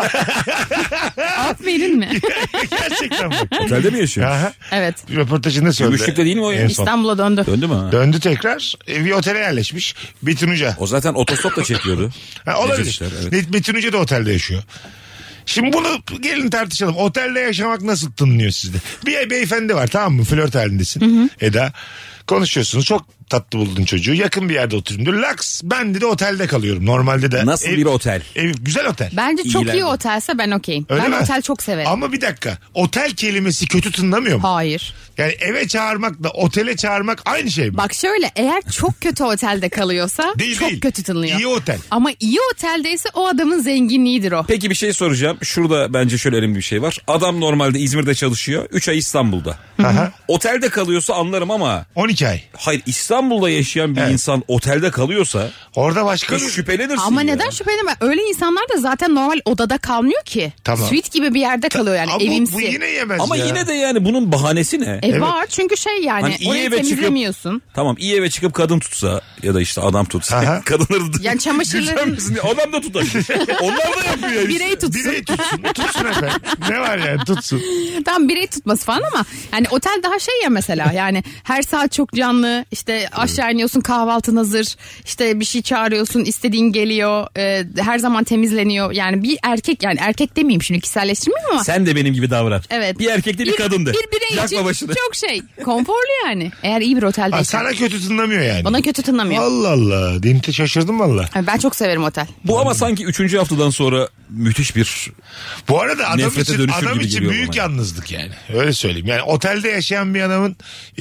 Aferin mi? Gerçekten bak. Otelde mi yaşıyor? Aha. Evet. Bir röportajında söyledi. Gümüşlük'te değil mi o ya? En son. İstanbul'a döndü. Döndü mü? Döndü tekrar. Bir otele yerleşmiş. Betin Uca. O zaten otostop da çekiyordu. Ha, olabilir. Necdet İşler, evet. Betin Uca da otelde yaşıyor. Şimdi bunu gelin tartışalım. Otelde yaşamak nasıl tınlıyor sizde? Bir beyefendi var, tamam mı? Flört halindesin. Eda. Konuşuyorsunuz. Çok tatlı buldun çocuğu. Yakın bir yerde oturayım diyor. Laks ben de otelde kalıyorum. Normalde de. Nasıl bir otel? Güzel otel. Bence çok İyiler iyi mi? otelse ben okeyim. Öyle Ben mi? otel çok severim. Ama bir dakika. Otel kelimesi kötü tınlamıyor mu? Hayır. Yani eve çağırmakla otele çağırmak aynı şey mi? Bak şöyle, eğer çok kötü otelde kalıyorsa Değil, çok değil. kötü tınlıyor. İyi otel. Ama iyi oteldeyse o adamın zenginliğidir o. Peki bir şey soracağım. Şurada bence şöyle önemli bir şey var. Adam normalde İzmir'de çalışıyor. 3 ay İstanbul'da. Aha. Otelde kalıyorsa anlarım ama 12 ay. hayır, İstanbul'da yaşayan bir Evet. insan otelde kalıyorsa Orada başka bir... şüphelenirsin. Ama ya. neden şüphelenme? Öyle insanlar da zaten normal odada kalmıyor ki. Tamam. Suite gibi bir yerde kalıyor yani, Ama evimsi. bu yine yemez Ama ya. yine de yani bunun bahanesi ne? Evet. Var çünkü şey yani Hani iyi orayı eve çıkıp- temizlemiyorsun. Tamam, iyi eve çıkıp kadın tutsa ya da işte adam tutsa. Aha. Kadınları da Yani çamaşırların- gücenmesin diye. Adam da tutar. Onlar da yapıyor yani. Birey tutsun. Birey tutsun. Tutsun efendim. Ne var yani tutsun. Tam birey tutması falan ama yani otel daha şey ya mesela, yani her saat çok canlı, işte aşağı iniyorsun kahvaltın hazır, işte bir şey çağırıyorsun istediğin geliyor, her zaman temizleniyor, yani bir erkek, yani erkek demeyeyim şimdi kişiselleştirmeyeyim ama. Sen de benim gibi davran. Evet. Bir erkek de bir kadın de. Bir birey Yakma için başına. çok şey konforlu yani, eğer iyi bir oteldeysen. Ha, sana kötü tınlamıyor yani. Bana kötü tınlamıyor. Allah Allah. Dinle şaşırdım valla. Ben çok severim otel. Bu ama sanki 3. haftadan sonra müthiş bir... Bu arada adam Nefrete için, dönüşür adam gibi için geliyor büyük bana. yalnızlık yani. Öyle söyleyeyim. Yani otelde yaşayan bir adamın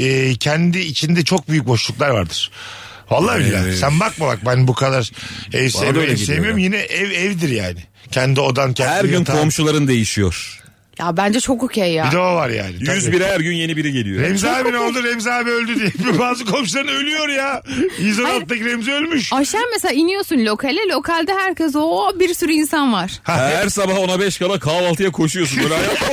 kendi içinde çok büyük boşluklar vardır. Vallahi billahi. Sen bakma bak, ben bu kadar ev Bana da öyle sevmiyorum. geliyor Yine evdir yani. Kendi odan, kendi Her gün yatağın. komşuların değişiyor. Ya bence çok okey ya. Bir de o var yani. 101'e her gün yeni biri geliyor. Remzi abi ne oldu? Remzi abi öldü diye. Bazı komşuların ölüyor ya. İzolat'taki Remzi ölmüş. Aşağı mesela iniyorsun lokale. Lokalde herkes bir sürü insan var. Her sabah ona 5 kala kahvaltıya koşuyorsun. Böyle hayat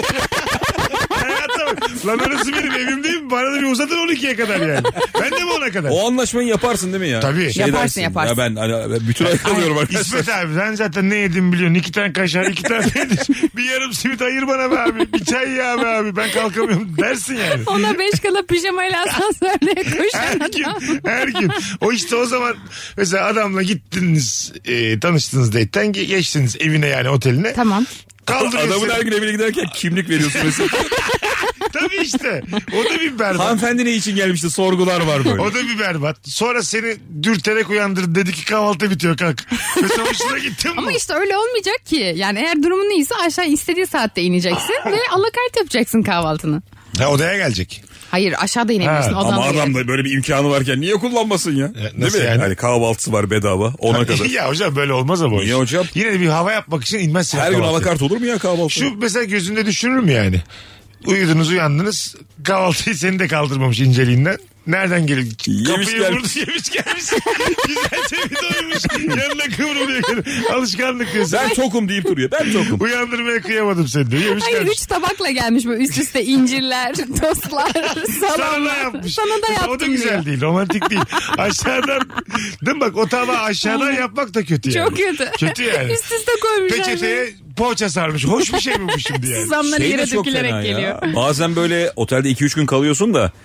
Hayata bak. Lan orası benim evim değil mi? Bana da bir uzatın 12'ye kadar yani. Ben de mi ona kadar? O anlaşmayı yaparsın değil mi ya? Tabii. Yaparsın, yaparsın. Ya ben hani bütün ay kalıyorum arkadaşlar. İsmet abi sen zaten ne yedin biliyorsun. 2 tane kaşar, 2 tane peynir. Bir yarım simit ayır bana be abi. Bir çay ya be abi. Ben kalkamıyorum dersin yani. Ona 5 kala pijamayla asansörle koşan Her gün, adam. her gün. O işte o zaman mesela adamla gittiniz, tanıştınız date'ten, geçtiniz evine yani oteline. Tamam. Kaldırıyorsun. Adamın her gün evine giderken kimlik veriyorsun mesela. Tabii işte. O da bir berbat. Hanımefendi ne için gelmişti, sorgular var böyle. O da bir berbat. Sonra seni dürterek uyandırdı. Dedi ki kahvaltı bitiyor kalk. Mesela hoşuna gittin mi? Ama işte öyle olmayacak ki. Yani eğer durumun iyiyse aşağı istediği saatte ineceksin ve alakart yapacaksın kahvaltını. Ha, odaya gelecek. Hayır, aşağıda inebilirsin. Ha, Odan Ama da adam gelecek. da böyle bir imkanı varken niye kullanmasın ya? nasıl Değil mi? yani? Hani kahvaltısı var bedava ona kadar. Ya hocam böyle olmaz ama. Niye hocam? Yine de bir hava yapmak için inmezsin. Her gün kahvaltıya. alakart olur mu ya kahvaltı? Şu mesela gözünde düşünür mü yani? Uyudunuz uyandınız. Kahvaltıyı seni de kaldırmamış inceliğinden. Nereden geliyor? Yemiş Kapıyı gelmiş. vurdu, yemiş gelmiş. Güzelce bir doymuş. Yanına kıvrılıyor. Alışkanlık diyorsun. Ben tokum deyip duruyor. Ben tokum. Uyandırmaya kıyamadım seni diyor. Yemiş Hayır, gelmiş. 3 tabakla gelmiş böyle üst üste incirler, tostlar, Sana da salamlar. yapmış. Sana da Mesela yaptım o da güzel diyor. değil. Romantik değil. Aşağıdan. Değil mi bak, o tabağı aşağıdan yapmak da kötü yani. Çok kötü. Kötü yani. Üst üste koymuşlar. Peçeteye poğaça sarmış. Hoş bir şey mi bu şimdi yani? Zamları Şey de yere çok dökülerek fena ya. geliyor. Bazen böyle otelde 2-3 gün kalıyorsun da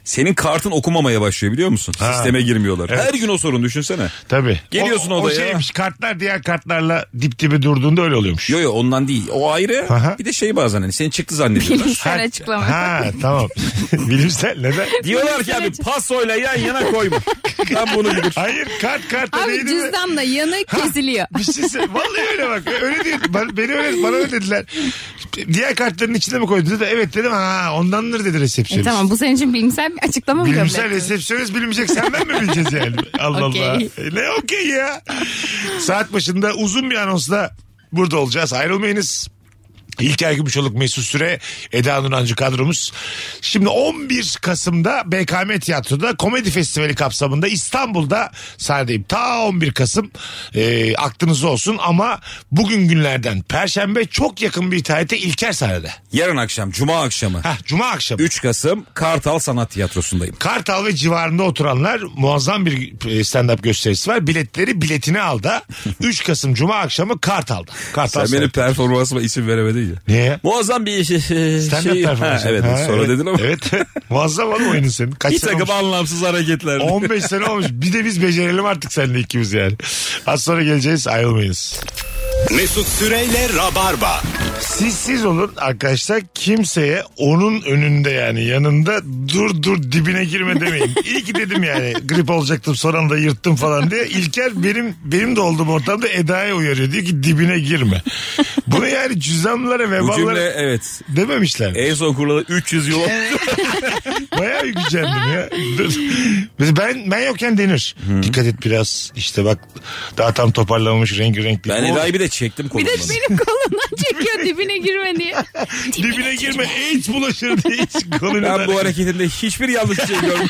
Senin kartın okumamaya başlıyor biliyor musun? Ha. Sisteme girmiyorlar. Evet. Her gün o sorun düşünsene. Tabii. Geliyorsun o odaya. şeymiş, kartlar diğer kartlarla dip dibe durduğunda öyle oluyormuş. Yo ondan değil. O ayrı. Aha. Bir de şey bazen hani seni çıktı zannediyorlar. Bilimsel açıklama. Ha tamam. Bilimsel neden? Diyorlar ki abi pasoyla yan yana koyma. Ben bunu bilir. Hayır kartta Abi neydi mi? cüzdanla yanı kesiliyor. Bir şey söyle. Vallahi öyle bak. Öyle diyor. Bana öyle dediler. Diğer kartların içine mi koydu dedi. Evet dedim. Ha ondandır dedi resepsiyonist. Tamam bu senin için bilimsel bir açıklama mı? Bilimsel resepsiyonist bilimsel senden mi bileceğiz yani? Allah Okey. Allah. Ne okey ya. Saat başında uzun bir anonsla burada olacağız. Ayrılmayınız. İlker Gümüşoluk, Mesut Süre, Eda Nurancı kadromuz. Şimdi 11 Kasım'da BKM Tiyatro'da Komedi Festivali kapsamında İstanbul'da sahnedeyim. Ta 11 Kasım aklınızda olsun ama bugün günlerden Perşembe çok yakın bir tarihte İlker sahnede. Yarın akşam Cuma akşamı. Cuma akşamı. 3 Kasım Kartal Sanat Tiyatrosu'ndayım. Kartal ve civarında oturanlar muazzam bir stand-up gösterisi var. Biletini al da 3 Kasım Cuma akşamı Kartal'da. Kartal Sen benim performansıma isim veremedin ya. Niye? Muazzam bir Stand-up performansı. Evet sonra dedin ama. Evet. Muazzam oğlum oyunun senin. Kaç Bir sene takım olmuş? anlamsız hareketler. 15 sene olmuş. Bir de biz becerelim artık seninle ikimiz yani. Az sonra geleceğiz, ayrılmayınız. Mesut Süreyle Rabarba. Siz olun arkadaşlar, kimseye onun önünde yani yanında dur dibine girme demeyin. İyi ki dedim yani grip olacaktım son anda yırttım falan diye. İlker benim de olduğum ortamda Eda'ya uyarıyor. Diyor ki dibine girme. Bunu yani cüzdanlara ve Bu cümle ballara evet. dememişler. En son kurulan 300 yıl. Bayağı gücendim ya. Dur. Mesela ben yokken denir. Dikkat et biraz işte bak daha tam toparlamamış renkli. Ben Eda'yı bir de çektim Bir kolumdan. de benim kolumdan çekiyor dibine girme diye. Dibine girme AIDS bulaşır diye hiç konuyla. Ben bu hareketinde hiçbir yanlış şey görmedim.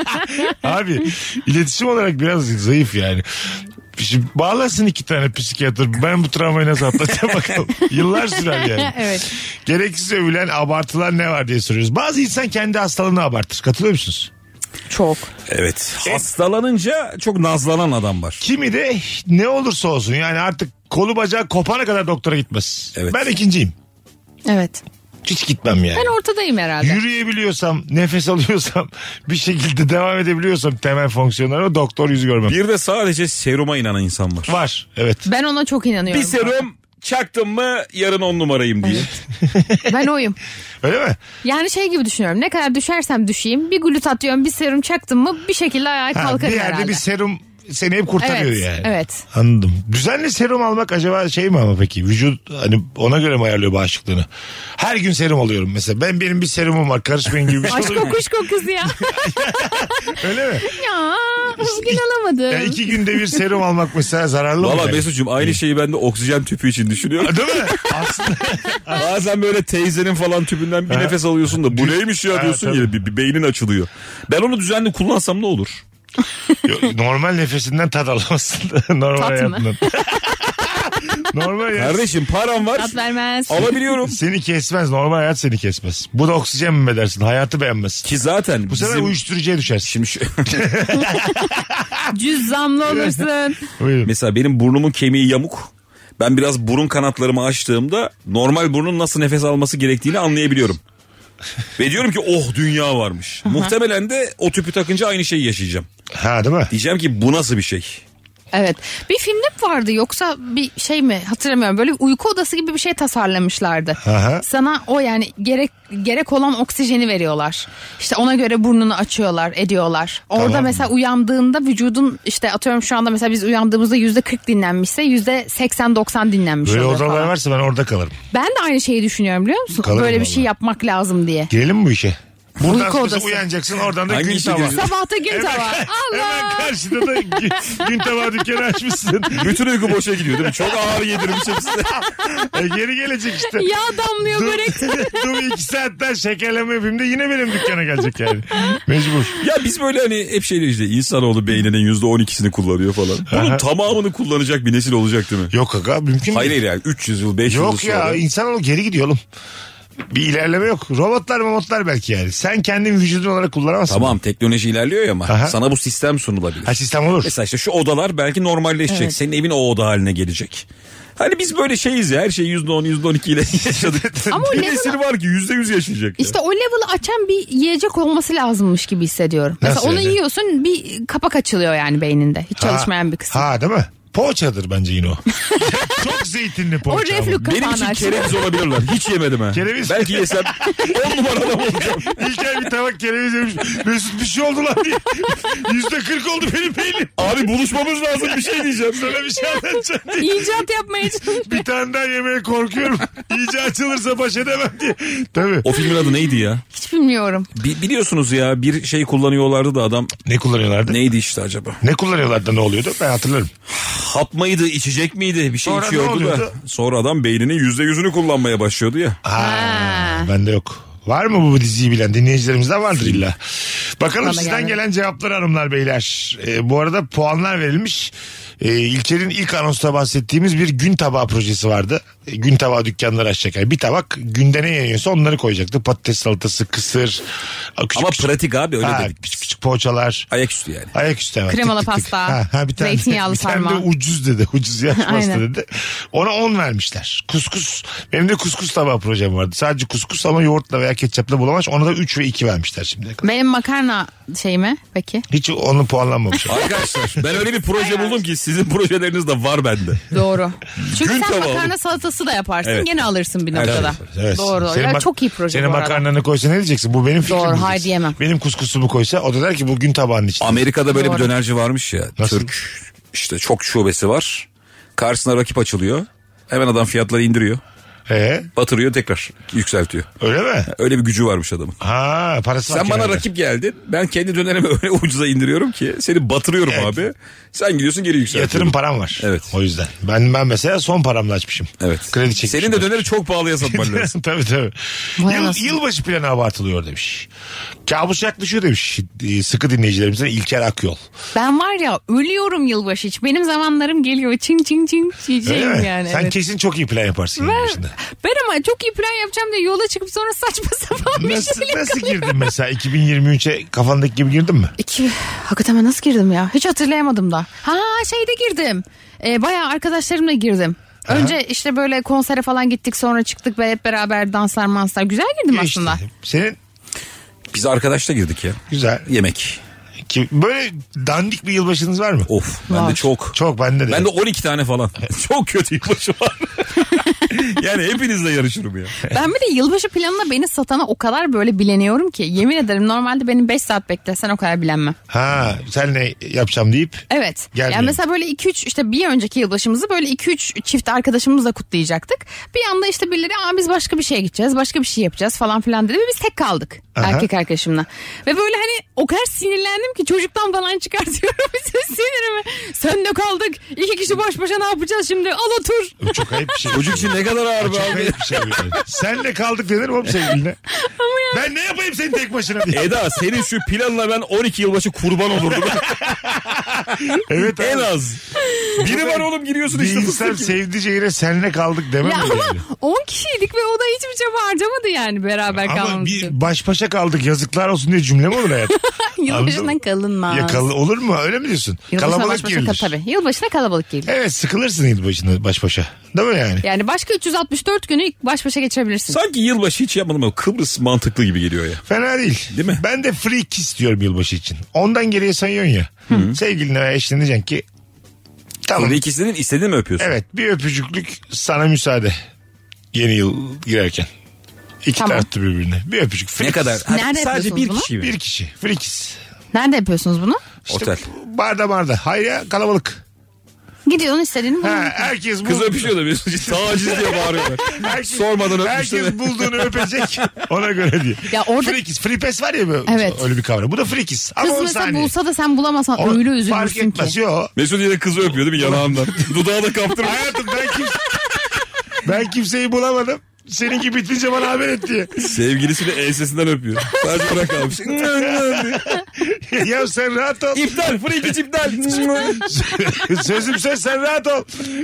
Abi iletişim olarak biraz zayıf yani. Şimdi bağlasın 2 tane psikiyatr. Ben bu travmayı nasıl atlatacağım bakalım. Yıllar sürer yani. Evet. Gereksiz övülen abartılar ne var diye soruyoruz. Bazı insan kendi hastalığını abartır. Katılıyor musunuz? Çok. Evet. Hastalanınca çok nazlanan adam var. Kimi de ne olursa olsun yani artık kolu bacağı kopana kadar doktora gitmez. Evet. Ben ikinciyim. Evet. Hiç gitmem yani. Ben ortadayım herhalde. Yürüyebiliyorsam, nefes alıyorsam, bir şekilde devam edebiliyorsam temel fonksiyonlarına doktor yüzü görmem. Bir de sadece seruma inanan insan var. Var evet. Ben ona çok inanıyorum. Bir serum çaktım mı yarın 10 numarayım diye. Ben oyum. Öyle mi? Yani şey gibi düşünüyorum. Ne kadar düşersem düşeyim. Bir glutat diyorum, bir serum çaktım mı bir şekilde ayağa kalkarım bir yerde herhalde. bir serum seni hep kurtarıyor Evet, yani. evet. Anladım. Düzenli serum almak acaba şey mi ama peki? Vücut hani ona göre mi ayarlıyor bağışıklığını? Her gün serum alıyorum mesela. Benim bir serumum var. Karışmayın gibi bir şey Aşk oluyor mu? kokuş kokusu ya. Öyle mi? Ya bugün alamadım. Yani 2 günde bir serum almak mesela zararlı mı? Valla yani? Mesut'cum aynı şeyi ben de oksijen tüpü için düşünüyorum. Değil mi? Aslında Bazen böyle teyzenin falan tüpünden bir nefes alıyorsun da bu neymiş ya Ha, diyorsun tabii. ya bir beynin açılıyor. Ben onu düzenli kullansam ne olur? normal nefesinden tad alamazsın. Normal Tat mı? hayatından. Normal hayat. Kardeşim param var Tat vermez. alabiliyorum. Seni kesmez. Normal hayat seni kesmez. Bu da oksijen mi edersin? Hayatı beğenmez. Ki zaten Bu sefer bizim... uyuşturucuya düşersin. Şimdi Cüzzamlı olursun. Buyurun. mesela benim burnumun kemiği yamuk. Ben biraz burun kanatlarımı açtığımda normal burnun nasıl nefes alması gerektiğini anlayabiliyorum. Ve diyorum ki oh dünya varmış. Muhtemelen de o tüpü takınca aynı şeyi yaşayacağım. Ha değil mi? Diyeceğim ki bu nasıl bir şey? Evet. Bir filmde mi vardı yoksa bir şey mi hatırlamıyorum. Böyle uyku odası gibi bir şey tasarlamışlardı. Aha. Sana o yani gerek olan oksijeni veriyorlar. İşte ona göre burnunu açıyorlar, ediyorlar. Orada Tamam. mesela uyandığında vücudun işte atıyorum şu anda mesela biz uyandığımızda %40 dinlenmişse %80-90 dinlenmiş Böyle oluyor odalar falan. varsa ben orada kalırım. Ben de aynı şeyi düşünüyorum biliyor musun? Kalırım Böyle bir vallahi. şey yapmak lazım diye. Girelim mi bu işe? Buradan Uyku sonra odası. uyanacaksın oradan da Hangi gün işe tabağı. gireceğiz? Sabahta gün tabağı. Hemen Allah. karşıda da gün tabağı dükkanı açmışsın. Bütün uyku boşa gidiyor değil mi? Çok ağır yedirmişim size. Geri gelecek işte. Yağ damlıyor börekten. Dur 2 saatten şekerleme yapayım da yine benim dükkana gelecek yani. Mecbur. Ya biz böyle hani hep şey diyoruz işte insanoğlu beyninin %12'sini kullanıyor falan. Bunun tamamını kullanacak bir nesil olacak değil mi? Yok aga mümkün Hayır değil. hayır yani 300 yıl 500 yıl Yok sonra. ya insanoğlu geri gidiyor oğlum. Bir ilerleme yok. Robotlar belki yani. Sen kendin vücudun olarak kullanamazsın. Tamam, teknoloji ilerliyor ya ama Aha. sana bu sistem sunulabilir. Ha, sistem olur. Mesela işte şu odalar belki normalleşecek. Evet. Senin evin o oda haline gelecek. Hani biz böyle şeyiz ya, her şeyi %10, %12 ile yaşadık. Ama o bir level- nesil var ki %100 yaşayacak. İşte o level'ı açan bir yiyecek olması lazımmış gibi hissediyorum. Nasıl Mesela onu yani? yiyorsun, bir kapak açılıyor yani beyninde. Hiç çalışmayan bir kısım. Ha değil mi? Poğaçadır bence yine o. Çok zeytinli O poğaça. ama. reflü Benim kapağını için açıyor. kereviz olabilirler. Hiç yemedim ha. Kereviz. Belki yesem 10 numara adam olacağım. İlker bir tabak kereviz yemiş. Mesut bir şey oldu lan diye. %40 oldu benim beynim. Abi buluşmamız lazım, bir şey diyeceğim. Sana bir şey anlatacağım diye. İcat yapmaya çalışıyor. Bir tane daha yemeye korkuyorum. İyice açılırsa baş edemem diye. Tabii. O filmin adı neydi ya? Hiç bilmiyorum. Biliyorsunuz ya, bir şey kullanıyorlardı da adam, Ne kullanıyorlardı? neydi işte acaba? Ne kullanıyorlardı da ne oluyordu? Ben hatırlarım. Hap mıydı, içecek miydi, bir şey Sonra ne içiyordu da. oluyordu? Sonra adam beyninin %100'ünü kullanmaya başlıyordu ya. Ha, bende yok. Var mı bu diziyi bilen? Dinleyicilerimizden vardır illa. Bakalım Bana sizden gelmedi. gelen cevaplar hanımlar beyler. Bu arada puanlar verilmiş. İlker'in ilk anonsta bahsettiğimiz bir gün tabağı projesi vardı. Gün tabağı dükkanları açacak. Yani bir tabak günde ne yeniyorsa onları koyacaktı. Patates salatası, kısır. Küçük Ama pratik abi, öyle ha, dedik. küçük küçük poğaçalar. Ayaküstü yani. Ayaküstü evet. Kremalı Tık tık tık. pasta, Bir tane, zeytinyağlı bir tane de sarma. ucuz dedi. Ucuz yaş pasta Aynen. dedi. Ona 10 vermişler. Kuskus. Benim de kuskus tabağı projem vardı. Sadece kuskus ama yoğurtla veya ketçapla bulamaç. Ona da 3 ve 2 vermişler şimdiye kadar. Benim makarna şey mi peki? Hiç onun puanlanmamış. Arkadaşlar ben öyle bir proje buldum ki sizin projeleriniz de var bende. Doğru. Çünkü Gün sen tabağı makarna olur. salatası da yaparsın. Evet. Gene alırsın bir noktada. Evet. Doğru. Senin Ya, mak- çok iyi proje Senin bu arada. makarnanı koysa ne diyeceksin? Bu benim fikrim. Doğru, diyeceksin. hayır diyemem. Benim kuskusumu koysa o da der ki bu gün tabağının içinde. Amerika'da böyle Doğru. bir dönerci varmış ya. Nasıl? Türk işte çok şubesi var. Karşısına rakip açılıyor. Hemen adam fiyatları indiriyor. Batırıyor, tekrar yükseltiyor. Öyle mi? Öyle bir gücü varmış adamın. Ha, parası var Sen bana kenarda. rakip geldin. Ben kendi dönerimi öyle ucuza indiriyorum ki seni batırıyorum Evet. abi. Sen gidiyorsun geri yükseltiyorsun. Yatırım param var. Evet. O yüzden. Ben mesela son paramla açmışım. Evet. Kredi çekmişim. Senin de döneri çok pahalıya satman lazım. tabii. Vay anasını. Yılbaşı planı abartılıyor demiş. Kabus yaklaşıyor demiş. Sıkı dinleyicilerimizden İlker Akyol. Ben var ya ölüyorum yılbaşı hiç. Benim zamanlarım geliyor. Çing çing çing. Öyle Çiçeğim mi? yani. Sen evet. kesin çok iyi plan yaparsın yılbaşında. Ben ama çok iyi plan yapacağım diye yola çıkıp sonra saçma sapan bir şeyler Nasıl girdin mesela 2023'e kafandaki gibi girdin mi? Hakikaten ben nasıl girdim ya? Hiç hatırlayamadım da. Ha şeyde girdim. Bayağı arkadaşlarımla girdim. Önce işte böyle konsere falan gittik, sonra çıktık ve hep beraber danslar manslar. Güzel girdim Ya aslında. işte, senin Biz arkadaşla girdik ya. güzel. Yemek. Böyle dandik bir yılbaşınız var mı? Of bende Var. çok. Çok bende de. Bende 12 tane falan. Çok kötü yılbaşı var. Yani hepinizle yarışırım ya. Ben bir de yılbaşı planına beni satana o kadar böyle bileniyorum ki. Yemin ederim normalde benim 5 saat beklesen o kadar bilenmem. Ha, sen ne yapacağım deyip. Evet. Gelmiyor. Yani mesela böyle 2-3 işte bir önceki yılbaşımızı böyle 2-3 çift arkadaşımızla kutlayacaktık. Bir anda işte birileri biz başka bir şeye gideceğiz, başka bir şey yapacağız falan filan dedi ve biz tek kaldık. Aha. Erkek arkadaşımla. Ve böyle hani o kadar sinirlendim ki çocuktan falan çıkartıyorum bizim sinirimi. Senle kaldık. 2 kişi baş başa ne yapacağız şimdi? Al otur. Çok ayıp bir şey. Çocuk için ne kadar ağır be Çok abi. ayıp bir şey. Yani. Senle kaldık denir mi oğlum sevgiline? Ben ne yapayım senin tek başına diye. Eda senin şu planla ben 12 yılbaşı kurban olurdum. Evet En abi. az. Biri var oğlum, giriyorsun Bir işte insan fıstık gibi. sevdiği şeyine senle kaldık demem Ya mi ama yani? 10 kişiydik ve o da hiçbir çaba harcamadı yani beraber Ama kalmamız bir için. baş başa kaldık yazıklar olsun diye cümle mi olur hayat? Anladın Yılbaşından mı? kalınmaz. Ya olur mu öyle mi diyorsun? Yılbaşına Kalabalık baş başa girilir. tabii. Yılbaşına kalabalık girilir. Evet, sıkılırsın yılbaşında baş başa. Değil mi yani? Yani başka 364 günü baş başa geçirebilirsin. Sanki yılbaşı hiç yapmadım ama Kıbrıs mantıklı gibi geliyor ya. Fena değil. Değil mi? Ben de free kiss diyorum yılbaşı için. Ondan geriye sayıyorsun ya. Sevgiline veya eşine diyeceksin ki tamam. Burada ikisinin istediğini mi öpüyorsun? Evet, bir öpücüklük sana müsaade. Yeni yıl girerken. İki Tamam. tarafta birbirine. Bir öpücük. Free Ne kadar? kiss. Nerede Sadece bir yapıyorsunuz kişi mi? Bir kişi. Free kiss. Nerede yapıyorsunuz bunu? İşte Otel. barda. Hayır ya, kalabalık. Gidiyorsun istediğini Ha, buluyorsun. herkes Kız öpüşüyor da Mesut taciz diye bağırıyorlar. Sormadan öpmüşler. Herkes bulduğunu öpecek. Ona göre diye. Ya orada- Free kiss. Free pass var ya böyle, Evet. öyle bir kavram. Bu da free kiss. Ama Kız 10 mesela saniye. bulsa da sen bulamasan O öyle fark üzülürsün etmez. ki. Yok. Mesut yine kızı öpüyor değil mi yanağından? Dudağı da kaptırmış. Hayatım ben kimseyi bulamadım. Seninki bitince bana haber et diye. Sevgilisini ensesinden öpüyor. Sadece bırak kalmış. Ya sen rahat ol. İptal. Free kick iptal. Sözüm söz, sen rahat ol.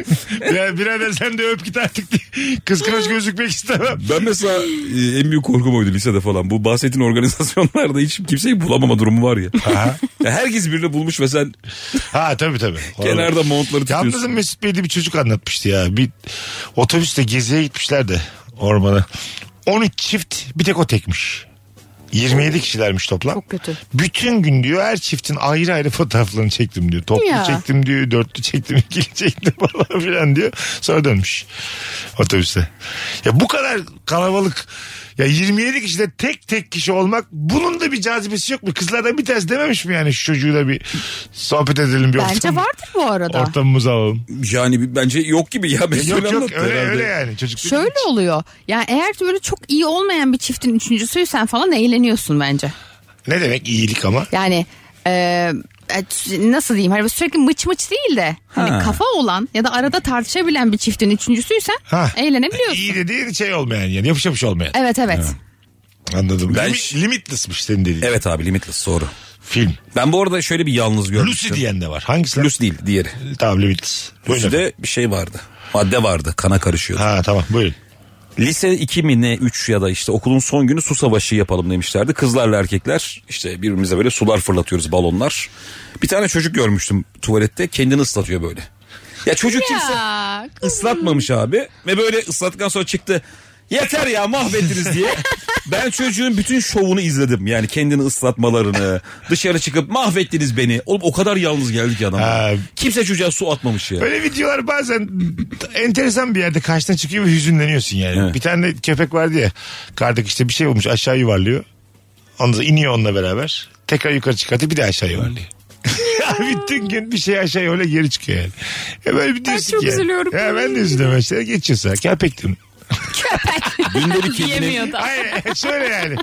Ya birader sen de öp git artık. Kıskanç gözükmek istemem. Ben mesela en büyük korkum oydu lisede falan. Bu bahsettiğin organizasyonlarda hiç kimseyi bulamama durumu var ya. Ya herkes birini bulmuş ve sen Ha tabii. kenarda montları tutuyorsun. Yalnızın Mesut Bey'de bir çocuk anlatmıştı ya. Bir otobüste geziye gitmişler de ormana. 13 çift, bir tek o tekmiş. 27 kişilermiş toplam. Çok kötü. Bütün gün diyor her çiftin ayrı ayrı fotoğraflarını çektim diyor. Toplu Ya. çektim diyor, dörtlü çektim, ikili çektim falan filan diyor. Sonra dönmüş otobüste. Ya bu kadar kalabalık, ya 27 kişide tek kişi olmak, bunun da bir cazibesi yok mu? Kızlardan bir tanesi dememiş mi yani şu çocuğuyla bir sohbet edelim bir Bence vardır bu arada. ortamımızı alalım. Yani bence yok gibi ya. Yok öyle yani çocuk. Şöyle oluyor. Yani eğer böyle çok iyi olmayan bir çiftin üçüncüsüysen falan eğleniyorsun bence. Ne demek iyilik ama? Yani nasıl diyeyim, hani sürekli mıç değil de hani Ha. kafa olan ya da arada tartışabilen bir çiftin üçüncüsüysen eğlenebiliyorsun. İyi dediğin şey olmayan yani yapış olmayan. Evet. Anladım. Ben- Limitless'mış senin dediğin. Evet abi, Limitless doğru. Film. Ben bu arada şöyle bir yalnız Lucy görmüştüm. diyen de var. Hangisi? Lucy değil, diğeri. Tamam Limitless. Buyurun. Lucy'de bir şey vardı. Madde vardı, kana karışıyordu. Ha tamam buyurun. Lise 2 mi ne 3 ya da işte okulun son günü su savaşı yapalım demişlerdi. Kızlarla erkekler işte birbirimize böyle sular fırlatıyoruz, balonlar. Bir tane çocuk görmüştüm tuvalette, kendini ıslatıyor böyle. Ya çocuk kimse ıslatmamış abi ve böyle ıslattıktan sonra çıktı. Yeter ya, mahvettiniz diye. Ben çocuğun bütün şovunu izledim. Yani kendini ıslatmalarını, dışarı çıkıp mahvettiniz beni. Oğlum o kadar yalnız geldik ya adam. Ha. Kimse çocuğa su atmamış ya. Böyle videolar bazen enteresan bir yerde karşına çıkıyor ve hüzünleniyorsun yani. Evet. Bir tane de köpek vardı ya. Kardeş işte bir şey olmuş, aşağı yuvarlıyor. Ondan sonra iniyor onunla beraber. Tekrar yukarı çıkartıyor, bir de aşağı yuvarlıyor. Bütün gün bir şey aşağı öyle geri çıkıyor yani. Ya böyle bir diyorsun çok ki. üzülüyorum. Ya ben de üzülüyorum. İşte geçiyorsa köpek diyorum. Günde bir Diyemiyor kendini... da. Hayır şöyle yani.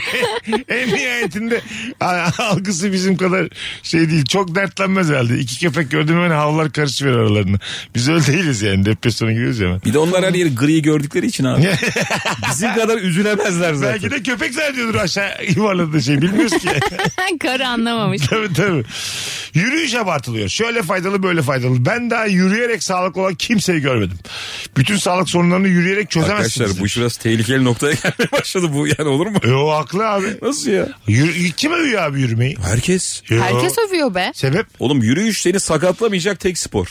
En nihayetinde algısı bizim kadar şey değil. Çok dertlenmez herhalde. İki köpek gördüm hemen havlar karışıveriyor aralarını. Biz öyle değiliz yani. Depresyona giriyoruz ya. Bir de onlar her yeri gri gördükleri için abi. Bizim kadar üzülemezler zaten. Belki de köpek zannediyordur aşağı yuvarladığı şey. Bilmiyoruz ki. Karı anlamamış. Tabii. Yürüyüş abartılıyor. Şöyle faydalı böyle faydalı. Ben daha yürüyerek sağlıklı olan kimseyi görmedim. Bütün sağlık sorunlarını yürüyerek çözemezsiniz. Arkadaşlar bu iş biraz tehlikeli noktaya gelmeye başladı, bu yani olur mu? O haklı abi. Nasıl ya? Kim övüyor abi yürümeyi? Herkes. Yo. Herkes övüyor be. Sebep? Oğlum yürüyüş seni sakatlamayacak tek spor.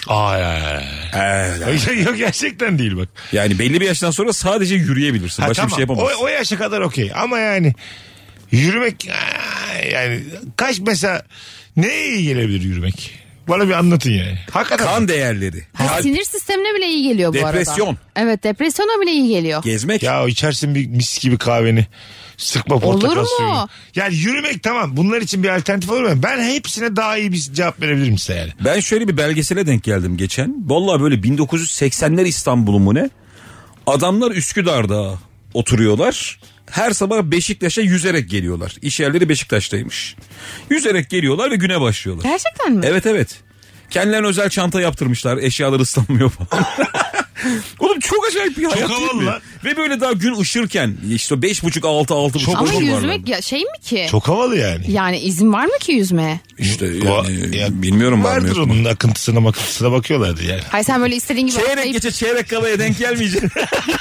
Yok gerçekten değil bak. Yani belli bir yaştan sonra sadece yürüyebilirsin. Başka bir şey yapamazsın. O yaşa kadar okey ama yani yürümek yani kaç mesela neye iyi gelebilir yürümek? Bana bir anlatın yani. Hakikaten. Kan değerleri. kalp, Sinir sistemine bile iyi geliyor bu arada. Depresyon. Evet, depresyona bile iyi geliyor. gezmek. Ya içersin bir mis gibi kahveni. Sıkma portakal Olur mu? suyu. Yani yürümek tamam. Bunlar için bir alternatif olur mu? Ben hepsine daha iyi bir cevap verebilirim size yani. Ben şöyle bir belgesele denk geldim geçen. Vallahi böyle 1980'ler İstanbul'u mu ne? Adamlar Üsküdar'da oturuyorlar. Her sabah Beşiktaş'a yüzerek geliyorlar. İş yerleri Beşiktaş'taymış. Yüzerek geliyorlar ve güne başlıyorlar. Gerçekten mi? Evet. Kendilerine özel çanta yaptırmışlar. Eşyaları ıslanmıyor falan. Oğlum çok acayip bir hayat değil havalı mi? lan. Ve böyle daha gün ışırken işte 5.30-6.30 Ama Çok yüzmek ya şey mi ki? Çok havalı yani. Yani izin var mı ki yüzmeye? İşte yani, Ya bilmiyorum var mı vardır yok mu? onun akıntısına bakıyorlardı yani. Hayır, sen böyle istediğin gibi Çeyrek atlayıp geçe çeyrek kalaya denk gelmeyeceksin.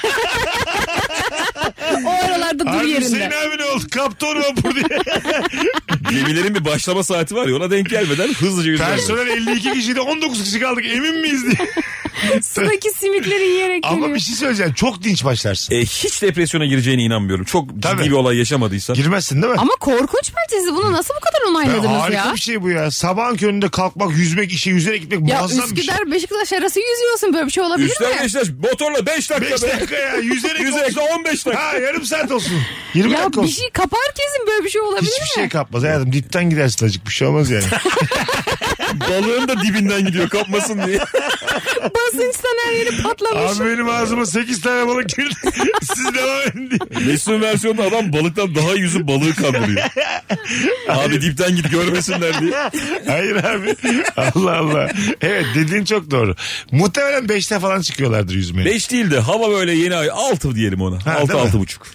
o aralarda dur Abi yerinde. Hüseyin abi ne oldu? Kaptı onu vapur diye. Gemilerin bir başlama saati var ya, ona denk gelmeden hızlıca yüzmeye. Personel 52 kişiydi 19 kişi kaldık emin miyiz diye. Sudaki simitleri yiyerek Ama geliyor. bir şey söyleyeceğim çok dinç başlarsın. Hiç depresyona gireceğine inanmıyorum. Çok Tabii. ciddi bir olay yaşamadıysan. Girmezsin değil mi? Ama korkunç bence, siz bunu nasıl bu kadar onayladınız harika ya? bir şey bu ya. Sabahın köründe kalkmak, yüzmek, işe yüzerek gitmek Ya muazzam bir şey. Üsküdar Beşiktaş arası yüzüyorsun, böyle bir şey olabilir Üstten mi? Beşiktaş motorla 5 dakika 5 be. dakika ya yüzerek Yüzerek de olsun. 15 dakika. Ha yarım saat olsun. 20 Ya dakika bir olsun. şey kapar kesin, böyle bir şey olabilir Hiçbir mi? şey kapmaz hayatım. Dipten gidersin acık bir şey olmaz yani. Balığın da dibinden gidiyor kapmasın diye. Basınçtan her yeri patlamış. Abi benim ağzıma 8 tane balık girdi. Siz devam edin diye. Mesut'un versiyonunda adam balıktan daha yüzü balığı kandırıyor. Abi dipten git görmesinler diye. Hayır abi. Allah Allah. Evet dediğin çok doğru. Muhtemelen 5'te falan çıkıyorlardır yüzmeye. 5 değil de hava böyle yeni ay 6 diyelim ona. Ha, 6 değil mi? 6,5.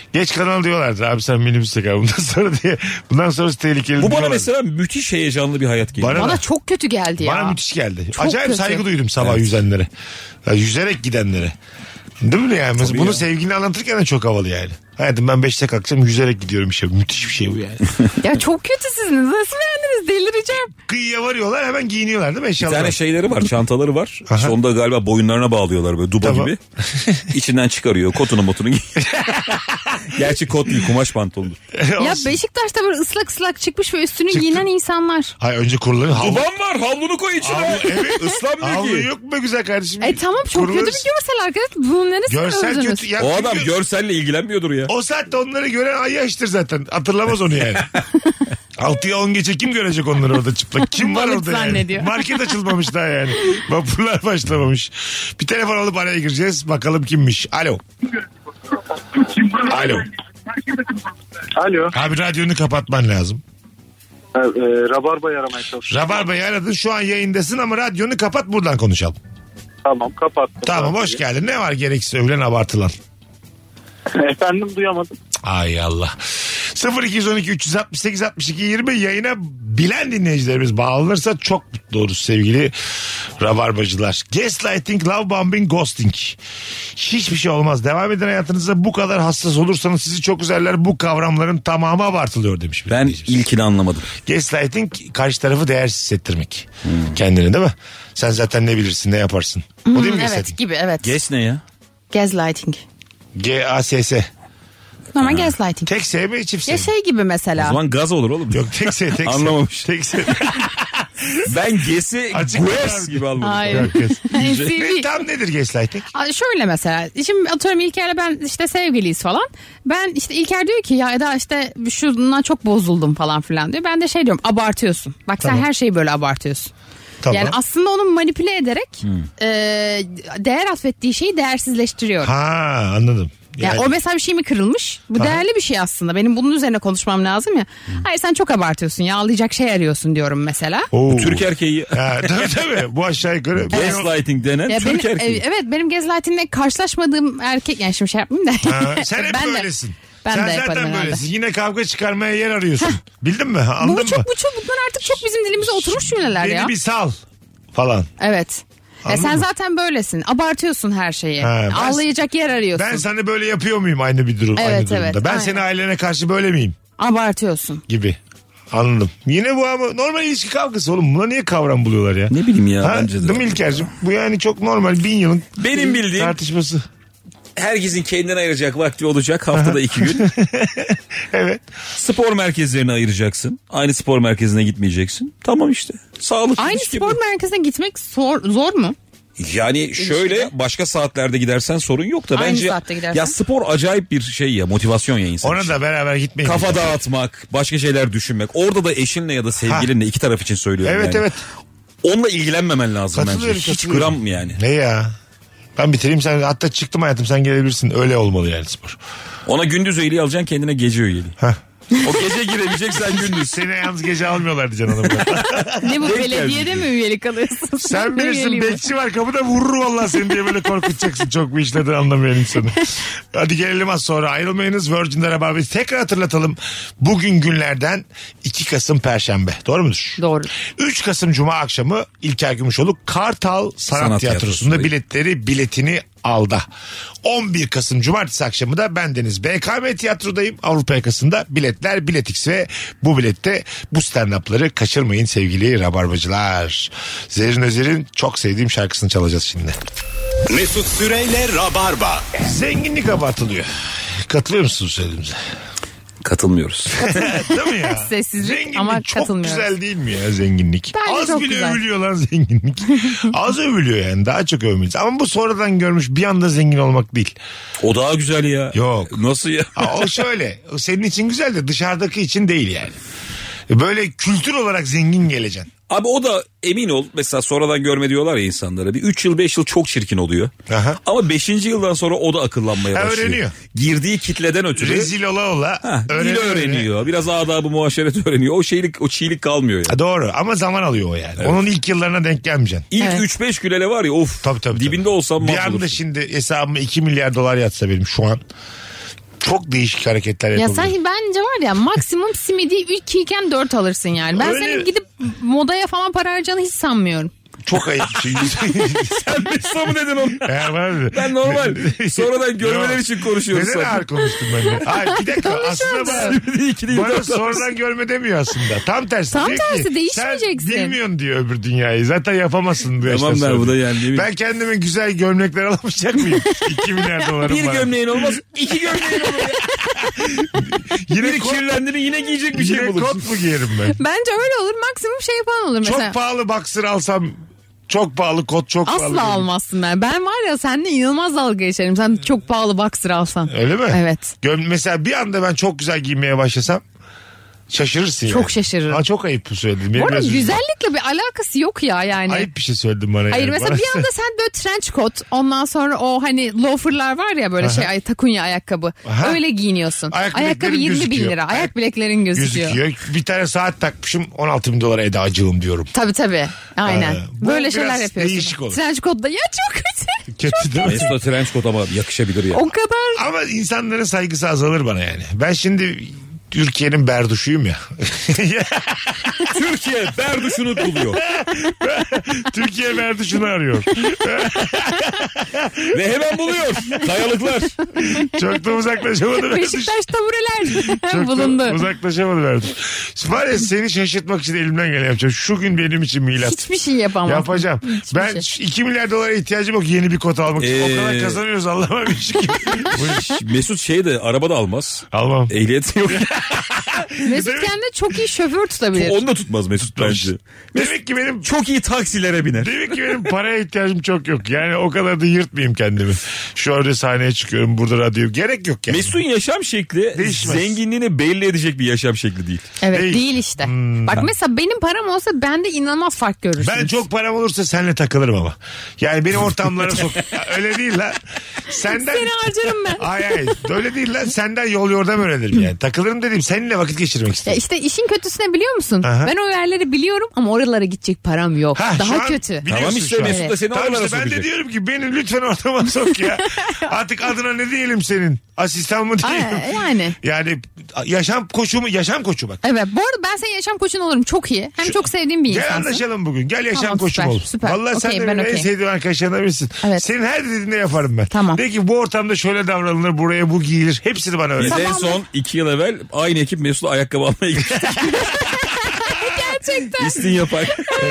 Geç kanal diyorlardır. Abi sen minibüste kal bundan sonra diye. Bundan sonrası tehlikeli. Bu bana diyorlardı. mesela müthiş heyecanlı bir hayat geliyor. Bana çok kötü geldi ya. Bana müthiş geldi. Çok Acayip kötü. saygı duydum sabah yüzenlere. Ya, yüzerek gidenlere. Değil mi yani? Mesela bunu sevgilini anlatırken de çok havalı yani. Hayatım ben 5'te kalkacağım yüzerek gidiyorum işe. Müthiş bir şey bu yani. Ya çok kötüsünüz. Nasıl beğendiniz? Delireceğim. Kıyıya varıyorlar hemen giyiniyorlar değil mi Bir eşyalar? tane şeyleri var, çantaları var. Aha. İşte onu da galiba boyunlarına bağlıyorlar böyle duba Tamam. gibi. İçinden çıkarıyor kotunu motunu giyiyor. Gerçi kot değil, kumaş pantolondur. Ya Beşiktaş'ta böyle ıslak ıslak çıkmış ve üstünü giyinen insanlar. Hayır önce kuruları havlu. Duban var, havlunu koy içine. Havlu, evet. Islanmıyor Havlu ki. yok mu be güzel kardeşim? Tamam çok Kuruları- kötü bir görsel arkadaş. Bunun neresini Görsel övdünüz? kötü. Ya O çünkü adam görselle ilgilenmiyordur ya. o saatte onları gören ay yaştır zaten. Hatırlamaz onu yani. 6'ya 10 geçe kim görecek onları orada çıplak? Kim var Balık orada yani? zannediyor. Market açılmamış daha yani. Vapurlar başlamamış. Bir telefon alıp araya gireceğiz. Bakalım kimmiş. Alo. Alo. Alo. Abi radyonu kapatman lazım. Rabarba'yı aramaya çalışıyorum. Rabarba'yı aradın şu an yayındasın ama radyonu kapat buradan konuşalım. Tamam kapattım. Tamam hoş geldin. Ne var gereksiz övülen abartılan? Efendim duyamadım. Ay Allah. 0212 368 62 20 yayına bilen dinleyicilerimiz bağlanırsa çok mutlu oluruz sevgili rabarbacılar. Gaslighting, love bombing, ghosting. Hiçbir şey olmaz. Devam eden hayatınızda bu kadar hassas olursanız sizi çok üzerler. Bu kavramların tamamı abartılıyor demiş. bir Ben dinleyicimiz. ilkini anlamadım. Gaslighting karşı tarafı değersiz hissettirmek. Kendini değil mi? Sen zaten ne bilirsin ne yaparsın. O değil mi gaslighting? Evet gibi evet. Ges ne ya? Gaslighting. G-A-S-S. Normal gaslighting. Tek S mi çift S Ya mi? şey gibi O mesela. zaman gaz olur oğlum. Yok tek S tek S. Anlamamış. Tek S. Ben Ges'i Açık Gues abi. gibi anladım. Hayır. Yok, yes. CV. Tam nedir gaslighting? Şöyle mesela şimdi atıyorum İlker'le ben işte sevgiliyiz falan. Ben işte İlker diyor ki ya Eda işte şundan çok bozuldum falan filan diyor. Ben de şey diyorum abartıyorsun. Bak sen her şeyi böyle abartıyorsun. Tamam. Yani aslında onu manipüle ederek değer atfettiği şeyi değersizleştiriyorum. Ha anladım. Yani o mesela bir şey mi kırılmış? Bu değerli bir şey aslında. Benim bunun üzerine konuşmam lazım ya. Hayır sen çok abartıyorsun ya ağlayacak şey arıyorsun diyorum mesela. Oo. Türk erkeği. Ha, tabii. Bu aşağı yukarı. Gaslighting denen Ya Türk benim, erkeği. evet benim gaslighting'le karşılaşmadığım erkek yani şimdi şey yapmayayım da. Ha, sen hep Ben de- böylesin. ben Sen de yaparım zaten herhalde. böylesin. Yine kavga çıkarmaya yer arıyorsun. Bildin mi? Anladın mı? Bunlar artık çok bizim dilimize oturmuş cümleler Beni ya. bir sal falan. Evet. Ya Anladın sen mı? zaten böylesin. Abartıyorsun her şeyi. Ha, ben- Ağlayacak yer arıyorsun. Ben sana böyle yapıyor muyum aynı bir durum? Evet, aynı durumda. evet, Ben aynen. senin ailene karşı böyle miyim? Abartıyorsun. Gibi. Anladım. Yine bu ama normal ilişki kavgası oğlum. Buna niye kavram buluyorlar ya? Ne bileyim ya Ha, bence de. değil mi İlker'cim? Bu yani çok normal 1000 yılın Benim bildiğim tartışması. herkesin kendine ayıracak vakti olacak haftada 2 gün. Evet. Spor merkezlerine ayıracaksın. Aynı spor merkezine gitmeyeceksin. Tamam işte. Sağlık. Aynı ilişki spor bu. merkezine gitmek zor mu? Yani şöyle başka saatlerde gidersen sorun yok da Aynı bence saatte gidersen. ya spor acayip bir şey ya motivasyon ya insan Ona için. da beraber gitmeyin. Kafa dağıtmak, başka şeyler düşünmek. Orada da eşinle ya da sevgilinle iki taraf için söylüyorum Evet yani. evet. Onunla ilgilenmemen lazım bence. Katılıyorum, Hiç katılıyorum. gram yani. Ne ya? Ben bitireyim sen hatta çıktım hayatım sen gelebilirsin. Öyle olmalı yani spor. Ona gündüz üyeliği alacaksın kendine gece üyeliği. Heh. O gece girebilecek sen gündüz. Seni yalnız gece almıyorlardı canım. Ne bu Denk belediyede mi üyelik alıyorsun? Sen Ne bilirsin üyeliği bu? bekçi var kapıda vurur vallahi seni diye böyle korkutacaksın. Çok bu işlerden anlamayan insanı. Hadi gelelim az sonra ayrılmayınız. Virgin'de Rabarba'yı tekrar hatırlatalım. Bugün günlerden 2 Kasım Perşembe. Doğru mudur? Doğru. 3 Kasım Cuma akşamı İlker Gümüşoluk Kartal Sanat Tiyatrosu'nda biletini aldı. 11 Kasım Cumartesi akşamı da bendeniz BKM Tiyatro'dayım. Avrupa yakasında biletler Biletix ve bu bilette bu stand-up'ları kaçırmayın sevgili rabarbacılar. Zerrin Özer'in çok sevdiğim şarkısını çalacağız şimdi. Mesut Süreyle Rabarba. Zenginlik abartılıyor. Katılıyor musunuz söylediğimize? Katılmıyoruz. Değil mi ya? Sessizlik Zenginlik ama çok katılmıyoruz. güzel değil mi ya zenginlik? Bence Az çok bile güzel. övülüyor lan zenginlik. Az övülüyor yani daha çok övmeliyiz. Ama bu sonradan görmüş bir anda zengin olmak değil. O daha güzel ya. Yok. Nasıl ya? O şöyle o senin için güzel de dışarıdaki için değil yani. Böyle kültür olarak zengin geleceksin. Abi o da emin ol mesela sonradan görme diyorlar ya insanlara. Bir 3 yıl 5 yıl çok çirkin oluyor. Aha. Ama 5. yıldan sonra o da akıllanmaya Ha, başlıyor. öğreniyor. Girdiği kitleden ötürü. Rezil ola Dil öğreniyor. Biraz adabı muaşeret öğreniyor. O çiğlik kalmıyor yani. Ha, doğru ama zaman alıyor o yani. Onun ilk yıllarına denk gelmeyeceksin. İlk Evet. 3-5 gülele var ya of. Tabii. Dibinde olsam Bir mahvolursun. anda şimdi hesabıma 2 milyar dolar yatsa benim şu an çok değişik hareketler Ya yapabilir. sen bence var ya maksimum simidi 2 iken 4 alırsın yani. Ben Öyle. senin gidip modaya falan para harcayacağını hiç sanmıyorum. Çok ayıp bir şey. Sen Mesut'a mı dedin onu? Ya var. Ben normal. Sonradan görmeler Yok. için konuşuyoruz. Neden ağır konuştum ben de? Ay bir dakika aslında bana sonradan görme demiyor aslında. Tam tersi. Tam Diyor ki, tersi, değişmeyeceksin. Sen bilmiyorsun diyor öbür dünyayı. Zaten yapamazsın bu yaştan Tamam sonra. der bu da yani. Değil mi? Ben kendime güzel gömlekler alamayacak mıyım? 2 milyar dolarım Bir var. gömleğin olmaz, 2 gömleğin olur. Yine Biri kirlendiğini yine giyecek bir şey yine bulursun. kot mu giyerim ben? Bence öyle olur. Maksimum şey falan olur mesela. Çok pahalı boxer alsam çok pahalı kot çok pahalı. Asla almazsın ben. Ben var ya seninle inanılmaz dalga geçerim. Sen çok pahalı boxer alsan. Öyle mi? Evet. Mesela bir anda ben çok güzel giymeye başlasam şaşırırsın Çok yani. şaşırırım. Ha, çok ayıp bu söylediğim. Benim Bu arada biraz üzüldüm. güzellikle bir alakası yok ya yani. Ayıp bir şey söyledim bana. Hayır yani. mesela Bana- bir anda sen böyle trench coat ondan sonra o hani loaferlar var ya böyle şey takunya ayakkabı. Aha. Öyle giyiniyorsun. Ayak Ayakkabı bileklerin 20 bin gözüküyor. lira. Ayak bileklerin gözüküyor. Bir tane saat takmışım 16 bin dolara Edacığım diyorum. Tabii. Aynen. Bu Böyle biraz şeyler yapıyorsun. değişik olur. Trench coat'la ya çok kötü. Kötü değil mi? Mesut'a trench coat ama yakışabilir ya. O kadar. Ama insanların saygısı azalır bana yani. Ben şimdi Türkiye'nin berduşuyum ya. Türkiye berduşunu buluyor. Türkiye berduşunu arıyor. Ve hemen buluyor. Kayalıklar. Çok da uzaklaşamadı berduş. Beşiktaş tabureler Çok da bulundu. uzaklaşamadı berduş. Var ya seni şaşırtmak için elimden geleni yapacağım. Şu gün benim için milat. Hiçbir şey yapamam. Yapacağım. Hiçbir Ben şey. 2 milyar dolara ihtiyacım yok yeni bir kot almak için. O kadar kazanıyoruz Allah'ıma bir şükür. Buyur. Mesut şey de araba da almaz. Almam. Ehliyeti yok. Mesut kendine çok iyi şoför tutabilir. Onu da tutmaz Mesut bence. Demek ki benim Çok iyi taksilere biner. Demek ki benim paraya ihtiyacım çok yok. Yani o kadar da yırtmayayım kendimi. Şu orada sahneye çıkıyorum. Burada radyo. Gerek yok yani. Mesut'un yaşam şekli Değişmez. zenginliğini belli edecek bir yaşam şekli değil. Evet Değil. değil işte. Bak mesela benim param olsa bende inanılmaz fark görürsün. Ben çok param olursa seninle takılırım ama. Yani beni ortamlara sok. Öyle değil lan. Senden... Seni harcarım ben. Hayır. Öyle değil lan. Senden yol yordam öğrenirim yani. Takılırım dediğim seninle vakit geçirmek Ya istedim. işte işin kötüsü ne biliyor musun? Aha. Ben o yerleri biliyorum ama oralara gidecek param yok. Ha, şu Daha an kötü. biliyorsun Tamam işte şu an. Mesut da seni Tamam oralara işte ben de sokacak. diyorum ki beni lütfen ortama sok ya. Artık adına ne diyelim senin? Asistan mı diyelim? Yani. Yani yaşam koçu bak. Evet bu arada ben senin yaşam koçun olurum çok iyi. Hem çok sevdiğim bir Gel insansın. anlaşalım bugün. Gel yaşam Tamam, koçum süper, ol. süper. Vallahi sen Okey, de ben benim en okey. sevdiğim arkadaşlarından birisin. Evet. Senin her dediğinde yaparım ben. Tamam. De ki bu ortamda şöyle davranılır, buraya bu giyilir. Hepsini bana öğret. Biz en son 2 yıl evvel aynı ekip Mesut'la ayakkabı almaya gittik. Gerçekten. İstin yapar.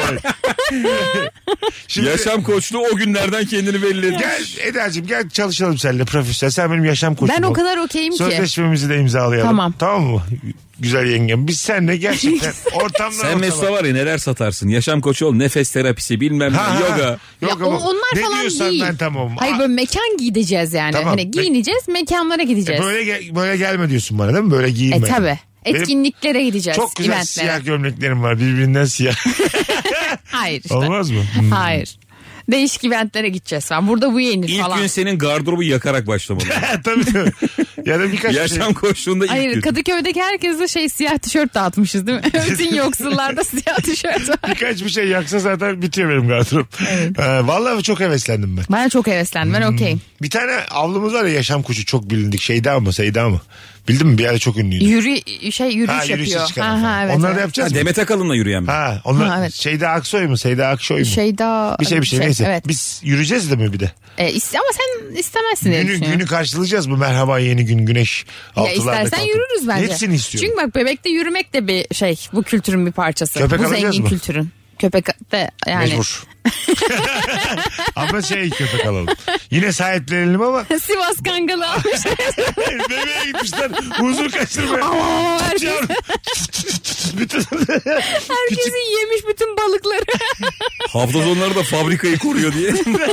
Şimdi Yaşam koçluğu o günlerden kendini belli ediyor. gel Eda'cığım gel çalışalım seninle profesyonel. Sen benim yaşam koçum Ben ol. o kadar okeyim ki. Sözleşmemizi de imzalayalım. Tamam. Tamam mı? Güzel yengem. Biz seninle gerçekten ortamdan Sen ortama. Mesut'a var ya neler satarsın. Yaşam koçu ol, nefes terapisi bilmem ne, yoga. Yok Ya ama onlar ne falan diyorsan değil. ben tamamım. Hayır böyle mekan giyeceğiz yani. Tamam. Hani giyineceğiz mekanlara gideceğiz. Böyle gelme diyorsun bana değil mi? Böyle giyinme. Tabi. Benim Etkinliklere gideceğiz. çok güzel eventlere. siyah gömleklerim var birbirinden siyah. Hayır işte. Olmaz mı? Hayır. Değişik eventlere gideceğiz falan. Burada bu yenir İlk falan. gün senin gardırobu yakarak başlamalı. Tabii. Ya da birkaç Yaşam koçluğunda ilk Hayır gün. Kadıköy'deki herkese siyah tişört dağıtmışız değil mi? Bütün yoksullarda siyah tişört var. birkaç bir şey yaksa zaten bitiyor benim gardırop. Vallahi çok heveslendim ben. Ben çok heveslendim. Ben okeyim. Bir tane avlumuz var ya yaşam koçu çok bilindik. Seyda mı? Bildin mi? Bir ara çok ünlüydü. Yürüyüş yürüyüşe yapıyor. çıkan falan. Evet, Onları da evet. yapacağız mı? Demet Akalın'la yürüyen mi? Onlar Ha, evet. Seyda Aksoy mu? Seyda Aksoy mu? Şeyda Bir şey neyse. Evet. Biz yürüyeceğiz de mi bir de? Ama sen istemezsin diye düşünüyorum. Günü karşılayacağız mı? Merhaba yeni gün güneş. Ya Altılarda istersen kalkıp. yürürüz bence. Hepsini istiyorum. Çünkü bak bebekte yürümek de bir şey. Bu kültürün bir parçası. Köpek bu alacağız zengin mı? kültürün. Köpek de yani. Mecbur. Ama köpek alalım. Yine sahiplenelim ama Sivas Kangalı almışlar. bebeğe gitmişler. Huzur kaçırmaya. herkes, Yavrum. Bütün... herkesin yemiş bütün balıkları. Hafta sonları da fabrikayı koruyor diye.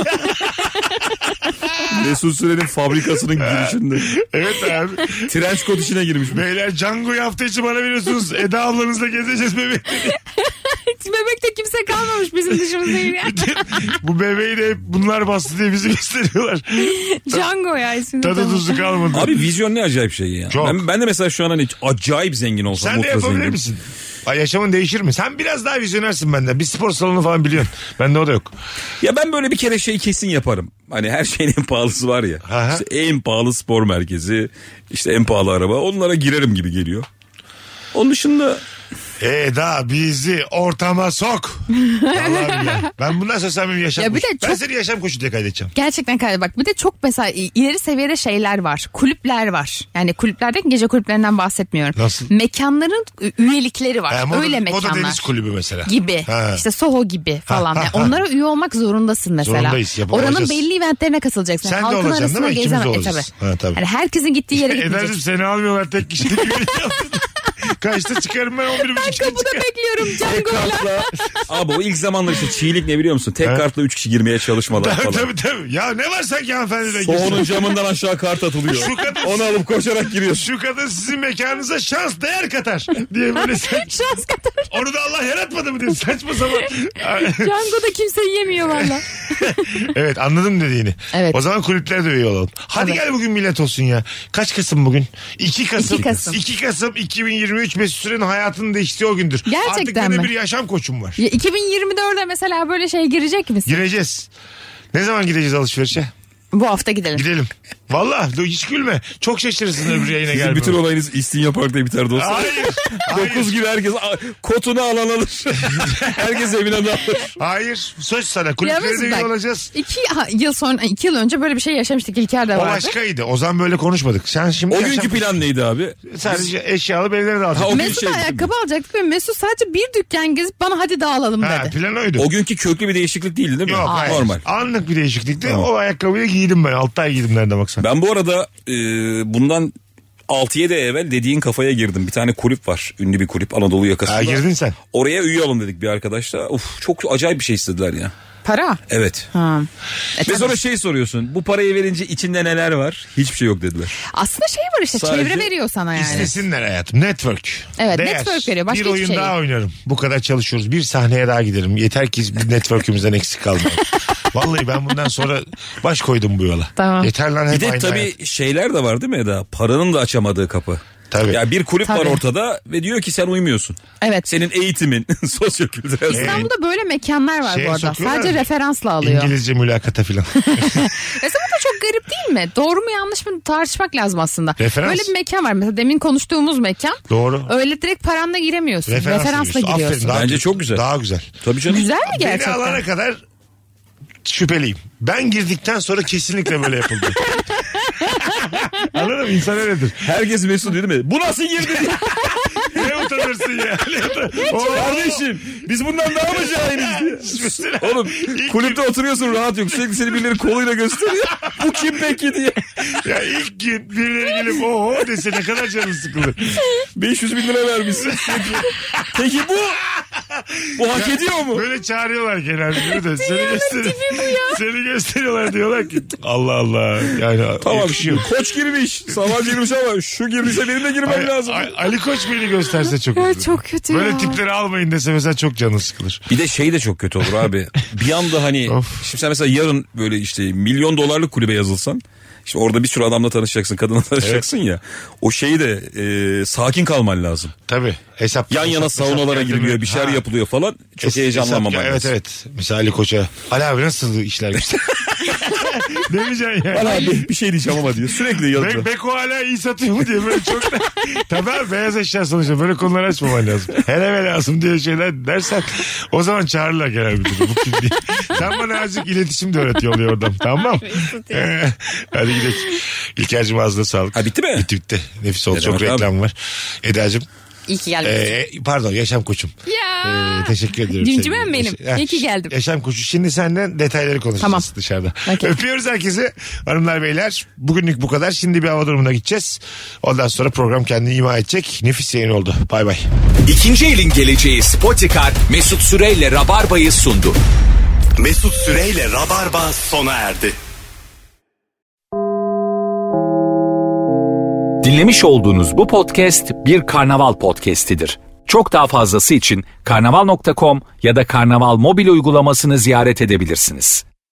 Mesut Süren'in fabrikasının girişinde. Evet abi. Trench coat içine girmiş. Beyler Django'yu hafta içi bana veriyorsunuz. Eda ablanızla gezeceğiz bebeği. Bebekte kimse kalmamış bizim dışımızda yürüyen. Bu bebeği de hep bunlar bastı diye bizi gösteriyorlar. Django ya ismi. Tadı tuzu kalmadı. Abi vizyon ne acayip şey ya. Çok. Ben de mesela şu an hani acayip zengin olsam. Sen de ultra yapabilir zengin. misin? Ay, yaşamın değişir mi? Sen biraz daha vizyonersin benden. Bir spor salonu falan biliyorsun. Bende o da yok. Ya ben böyle bir kere şey kesin yaparım. Hani her şeyin en pahalısı var ya. Aha. İşte en pahalı spor merkezi, işte en pahalı araba. Onlara girerim gibi geliyor. Onun dışında... Eda bizi ortama sok. Vallahi billahi. Ben bundan sonra sen benim yaşam Ya bir de koçum. Ben çok- seni yaşam koçu diye kaydedeceğim. Gerçekten bak bir de çok mesela ileri seviyede şeyler var. Kulüpler var. Yani kulüplerde gece kulüplerinden bahsetmiyorum. Nasıl? Mekanların üyelikleri var. Ha, Öyle Moda mekanlar. Deniz Kulübü mesela. Gibi. Ha. İşte Soho gibi falan. Ha, Yani ha, ha. onlara üye olmak zorundasın mesela. Zorundayız, Oranın olacağız. belli eventlerine katılacaksın. Sen de Halkın olacaksın arasına değil mi? İkimiz de gezemem. olacağız. Ha, tabii. Yani herkesin gittiği yere Eder'cim gitmeyeceksin. seni almıyorlar tek kişilik üyelik yaptın. Kaçta çıkarım ben 11.30'da Ben kapıda çıkarım. bekliyorum Django'yla. Abi o ilk zamanlar işte çiğlik ne biliyor musun? Tek kartla 3 kişi girmeye çalışmalar falan. Tabii. Ya ne var sanki hanımefendiyle Soğunun camından aşağı kart atılıyor. Şu kadın- Onu alıp koşarak giriyorsun. Şu kadın sizin mekanınıza şans değer katar diye böyle Şans kadar. onu da Allah yaratmadı mı diye saçma sapan. Django'da kimse yemiyor valla. Evet, anladım dediğini. Evet. O zaman kulüplere de üye olalım. Hadi Evet. gel bugün millet olsun ya. Kaç Kasım bugün? 2 Kasım. 2 Kasım. 2 Kasım 2023 Mesut Süren'in hayatının değiştiği o gündür. Gerçekten Artık benim mi? bir yaşam koçum var. Ya 2024'de mesela böyle şey girecek misin? Gireceğiz. Ne zaman gideceğiz alışverişe? Bu hafta gidelim. Gidelim. Vallahi hiç gülme. Çok şaşırırsın öbür yayına Sizin gelmem. bütün olayınız İstinye Park'ta biter dostum. Hayır. 9 gibi herkes kotunu alan alır. Herkes evine dağılır. Hayır. Söz sana. Ya Kulüplere de mesela üye bak, olacağız. 2 yıl önce böyle bir şey yaşamıştık. İlker de O vardı. başkaydı. O zaman böyle konuşmadık. Sen şimdi O yaşam günkü plan neydi abi? sadece eşyalı evlere de Ha, alacaksın. o gün Mesut'a şey- ayakkabı alacaktık ve Mesut sadece bir dükkan gezip bana hadi dağılalım Ha, dedi. plan oydu. O günkü köklü bir değişiklik değildi değil mi? Yok, hayır. Normal. Anlık bir değişiklikti. Tamam. O ayakkabıyı giydim ben. 6 ay giydim nerede baksan. Ben bu arada bundan 6-7 ay evvel dediğin kafaya girdim. Bir tane kulüp var. Ünlü bir kulüp Anadolu yakasında. Ha, girdin sen. Oraya üye olun dedik bir arkadaşla. Uf, çok acayip bir şey istediler ya. Para. Evet. Ha. Ve tabii. sonra şey soruyorsun. Bu parayı verince içinde neler var? Hiçbir şey yok dediler. Aslında şey var işte Sadece çevre veriyor sana yani. İstesinler hayatım. Network. Evet, network veriyor. Başka bir hiçbir oyun şey daha yok. oynarım. Bu kadar çalışıyoruz. Bir sahneye daha giderim. Yeter ki bir network'ümüzden eksik kalmayalım. Vallahi ben bundan sonra baş koydum bu yola. Tamam. Yeter lan hep Bir de aynı tabii hayat. şeyler de var değil mi Eda? Paranın da açamadığı kapı. Tabii. Ya bir kulüp var Tabii. ortada ve diyor ki sen uymuyorsun. Evet. Senin eğitimin, sosyokültürel. İstanbul'da böyle mekanlar var Şeye bu arada. sokuyorlar Sadece mı? referansla alıyor. İngilizce mülakata filan. Mesela bu da çok garip değil mi? Doğru mu yanlış mı tartışmak lazım aslında. Referans. Böyle bir mekan var. Mesela demin konuştuğumuz mekan. Doğru. Öyle direkt paranla giremiyorsun. Referansla giriyorsun. giriyorsun. Aferin, daha Bence güzel. çok güzel. Daha güzel. Tabii canım. Güzel mi Beni gerçekten? alana kadar şüpheliyim. Ben girdikten sonra kesinlikle böyle yapıldı. Anladın mı? İnsan öyledir. Herkes mesut değil mi? Bu nasıl girdi diye. Ne utanırsın ya? Kardeşim biz bundan daha mı cahiliz diye. Mesela Oğlum ilk kulüpte oturuyorsun rahat yok. Sürekli seni birileri koluyla gösteriyor. Bu kim peki diye. Ya ilk gün birileri gelip oho dese ne kadar canın sıkılır. 500 bin lira vermişsin. Peki bu? Bu hak ediyor mu? Böyle çağırıyorlar genelde de seni seni gösteriyorlar diyorlar ki Allah Allah yani Tamam yakışıyor. koç girmiş. Sabancı girmiş ama şu girmişse benim de girmem lazım. Ali Koç beni gösterse çok Evet, üzülürüm. çok kötü Böyle ya. tipleri almayın dese mesela çok canın sıkılır. Bir de şey de çok kötü olur abi. Bir anda hani Of. şimdi sen mesela yarın böyle işte $1 milyon kulübe yazılsan. İşte orada bir sürü adamla tanışacaksın, kadınla tanışacaksın ya. O şeyi de sakin kalman lazım. Tabii hesap. Yan yana hesap saunalara geldi mi? giriliyor, bir şeyler Ha. yapılıyor falan. Çok Hesap- heyecanlanmaman Evet lazım. evet. Mesela Ali Koç'a. Ali abi nasıl işler güçler? Demeyeceksin ya. Bana bir şey diyeceğim ama diyor. Sürekli yanıtla. Beko hala iyi satıyor mu diye böyle çok da. Tabii abi, beyaz eşya sonuçta böyle konular açmaman lazım. Hele lazım diye şeyler dersen o zaman çağırırlar genel müdürü. Bu kim diye. Sen bana azıcık iletişim de öğret yolluyor oradan, tamam. Hadi gidelim. İlker'cim ağzına sağlık. Ha bitti mi? Bitti. Nefis oldu. Ne Çok demek reklam var. Eda'cığım. İyi ki geldin. Pardon yaşam koçum. Ya. Teşekkür ediyorum. Cimcimem sevgili. benim. İyi ki geldim. Yaşam koçu. Şimdi senden detayları konuşacağız Tamam. dışarıda. Okey. Öpüyoruz herkese. Hanımlar beyler. Bugünlük bu kadar. Şimdi bir hava durumuna gideceğiz. Ondan sonra program kendini ima edecek. Nefis yayın oldu. Bay bay. İkinci elin geleceği Spotikar Mesut Süreyle Rabarba'yı sundu. Mesut Süreyle Rabarba sona erdi. Dinlemiş olduğunuz bu podcast bir karnaval podcastidir. Çok daha fazlası için karnaval.com ya da karnaval mobil uygulamasını ziyaret edebilirsiniz.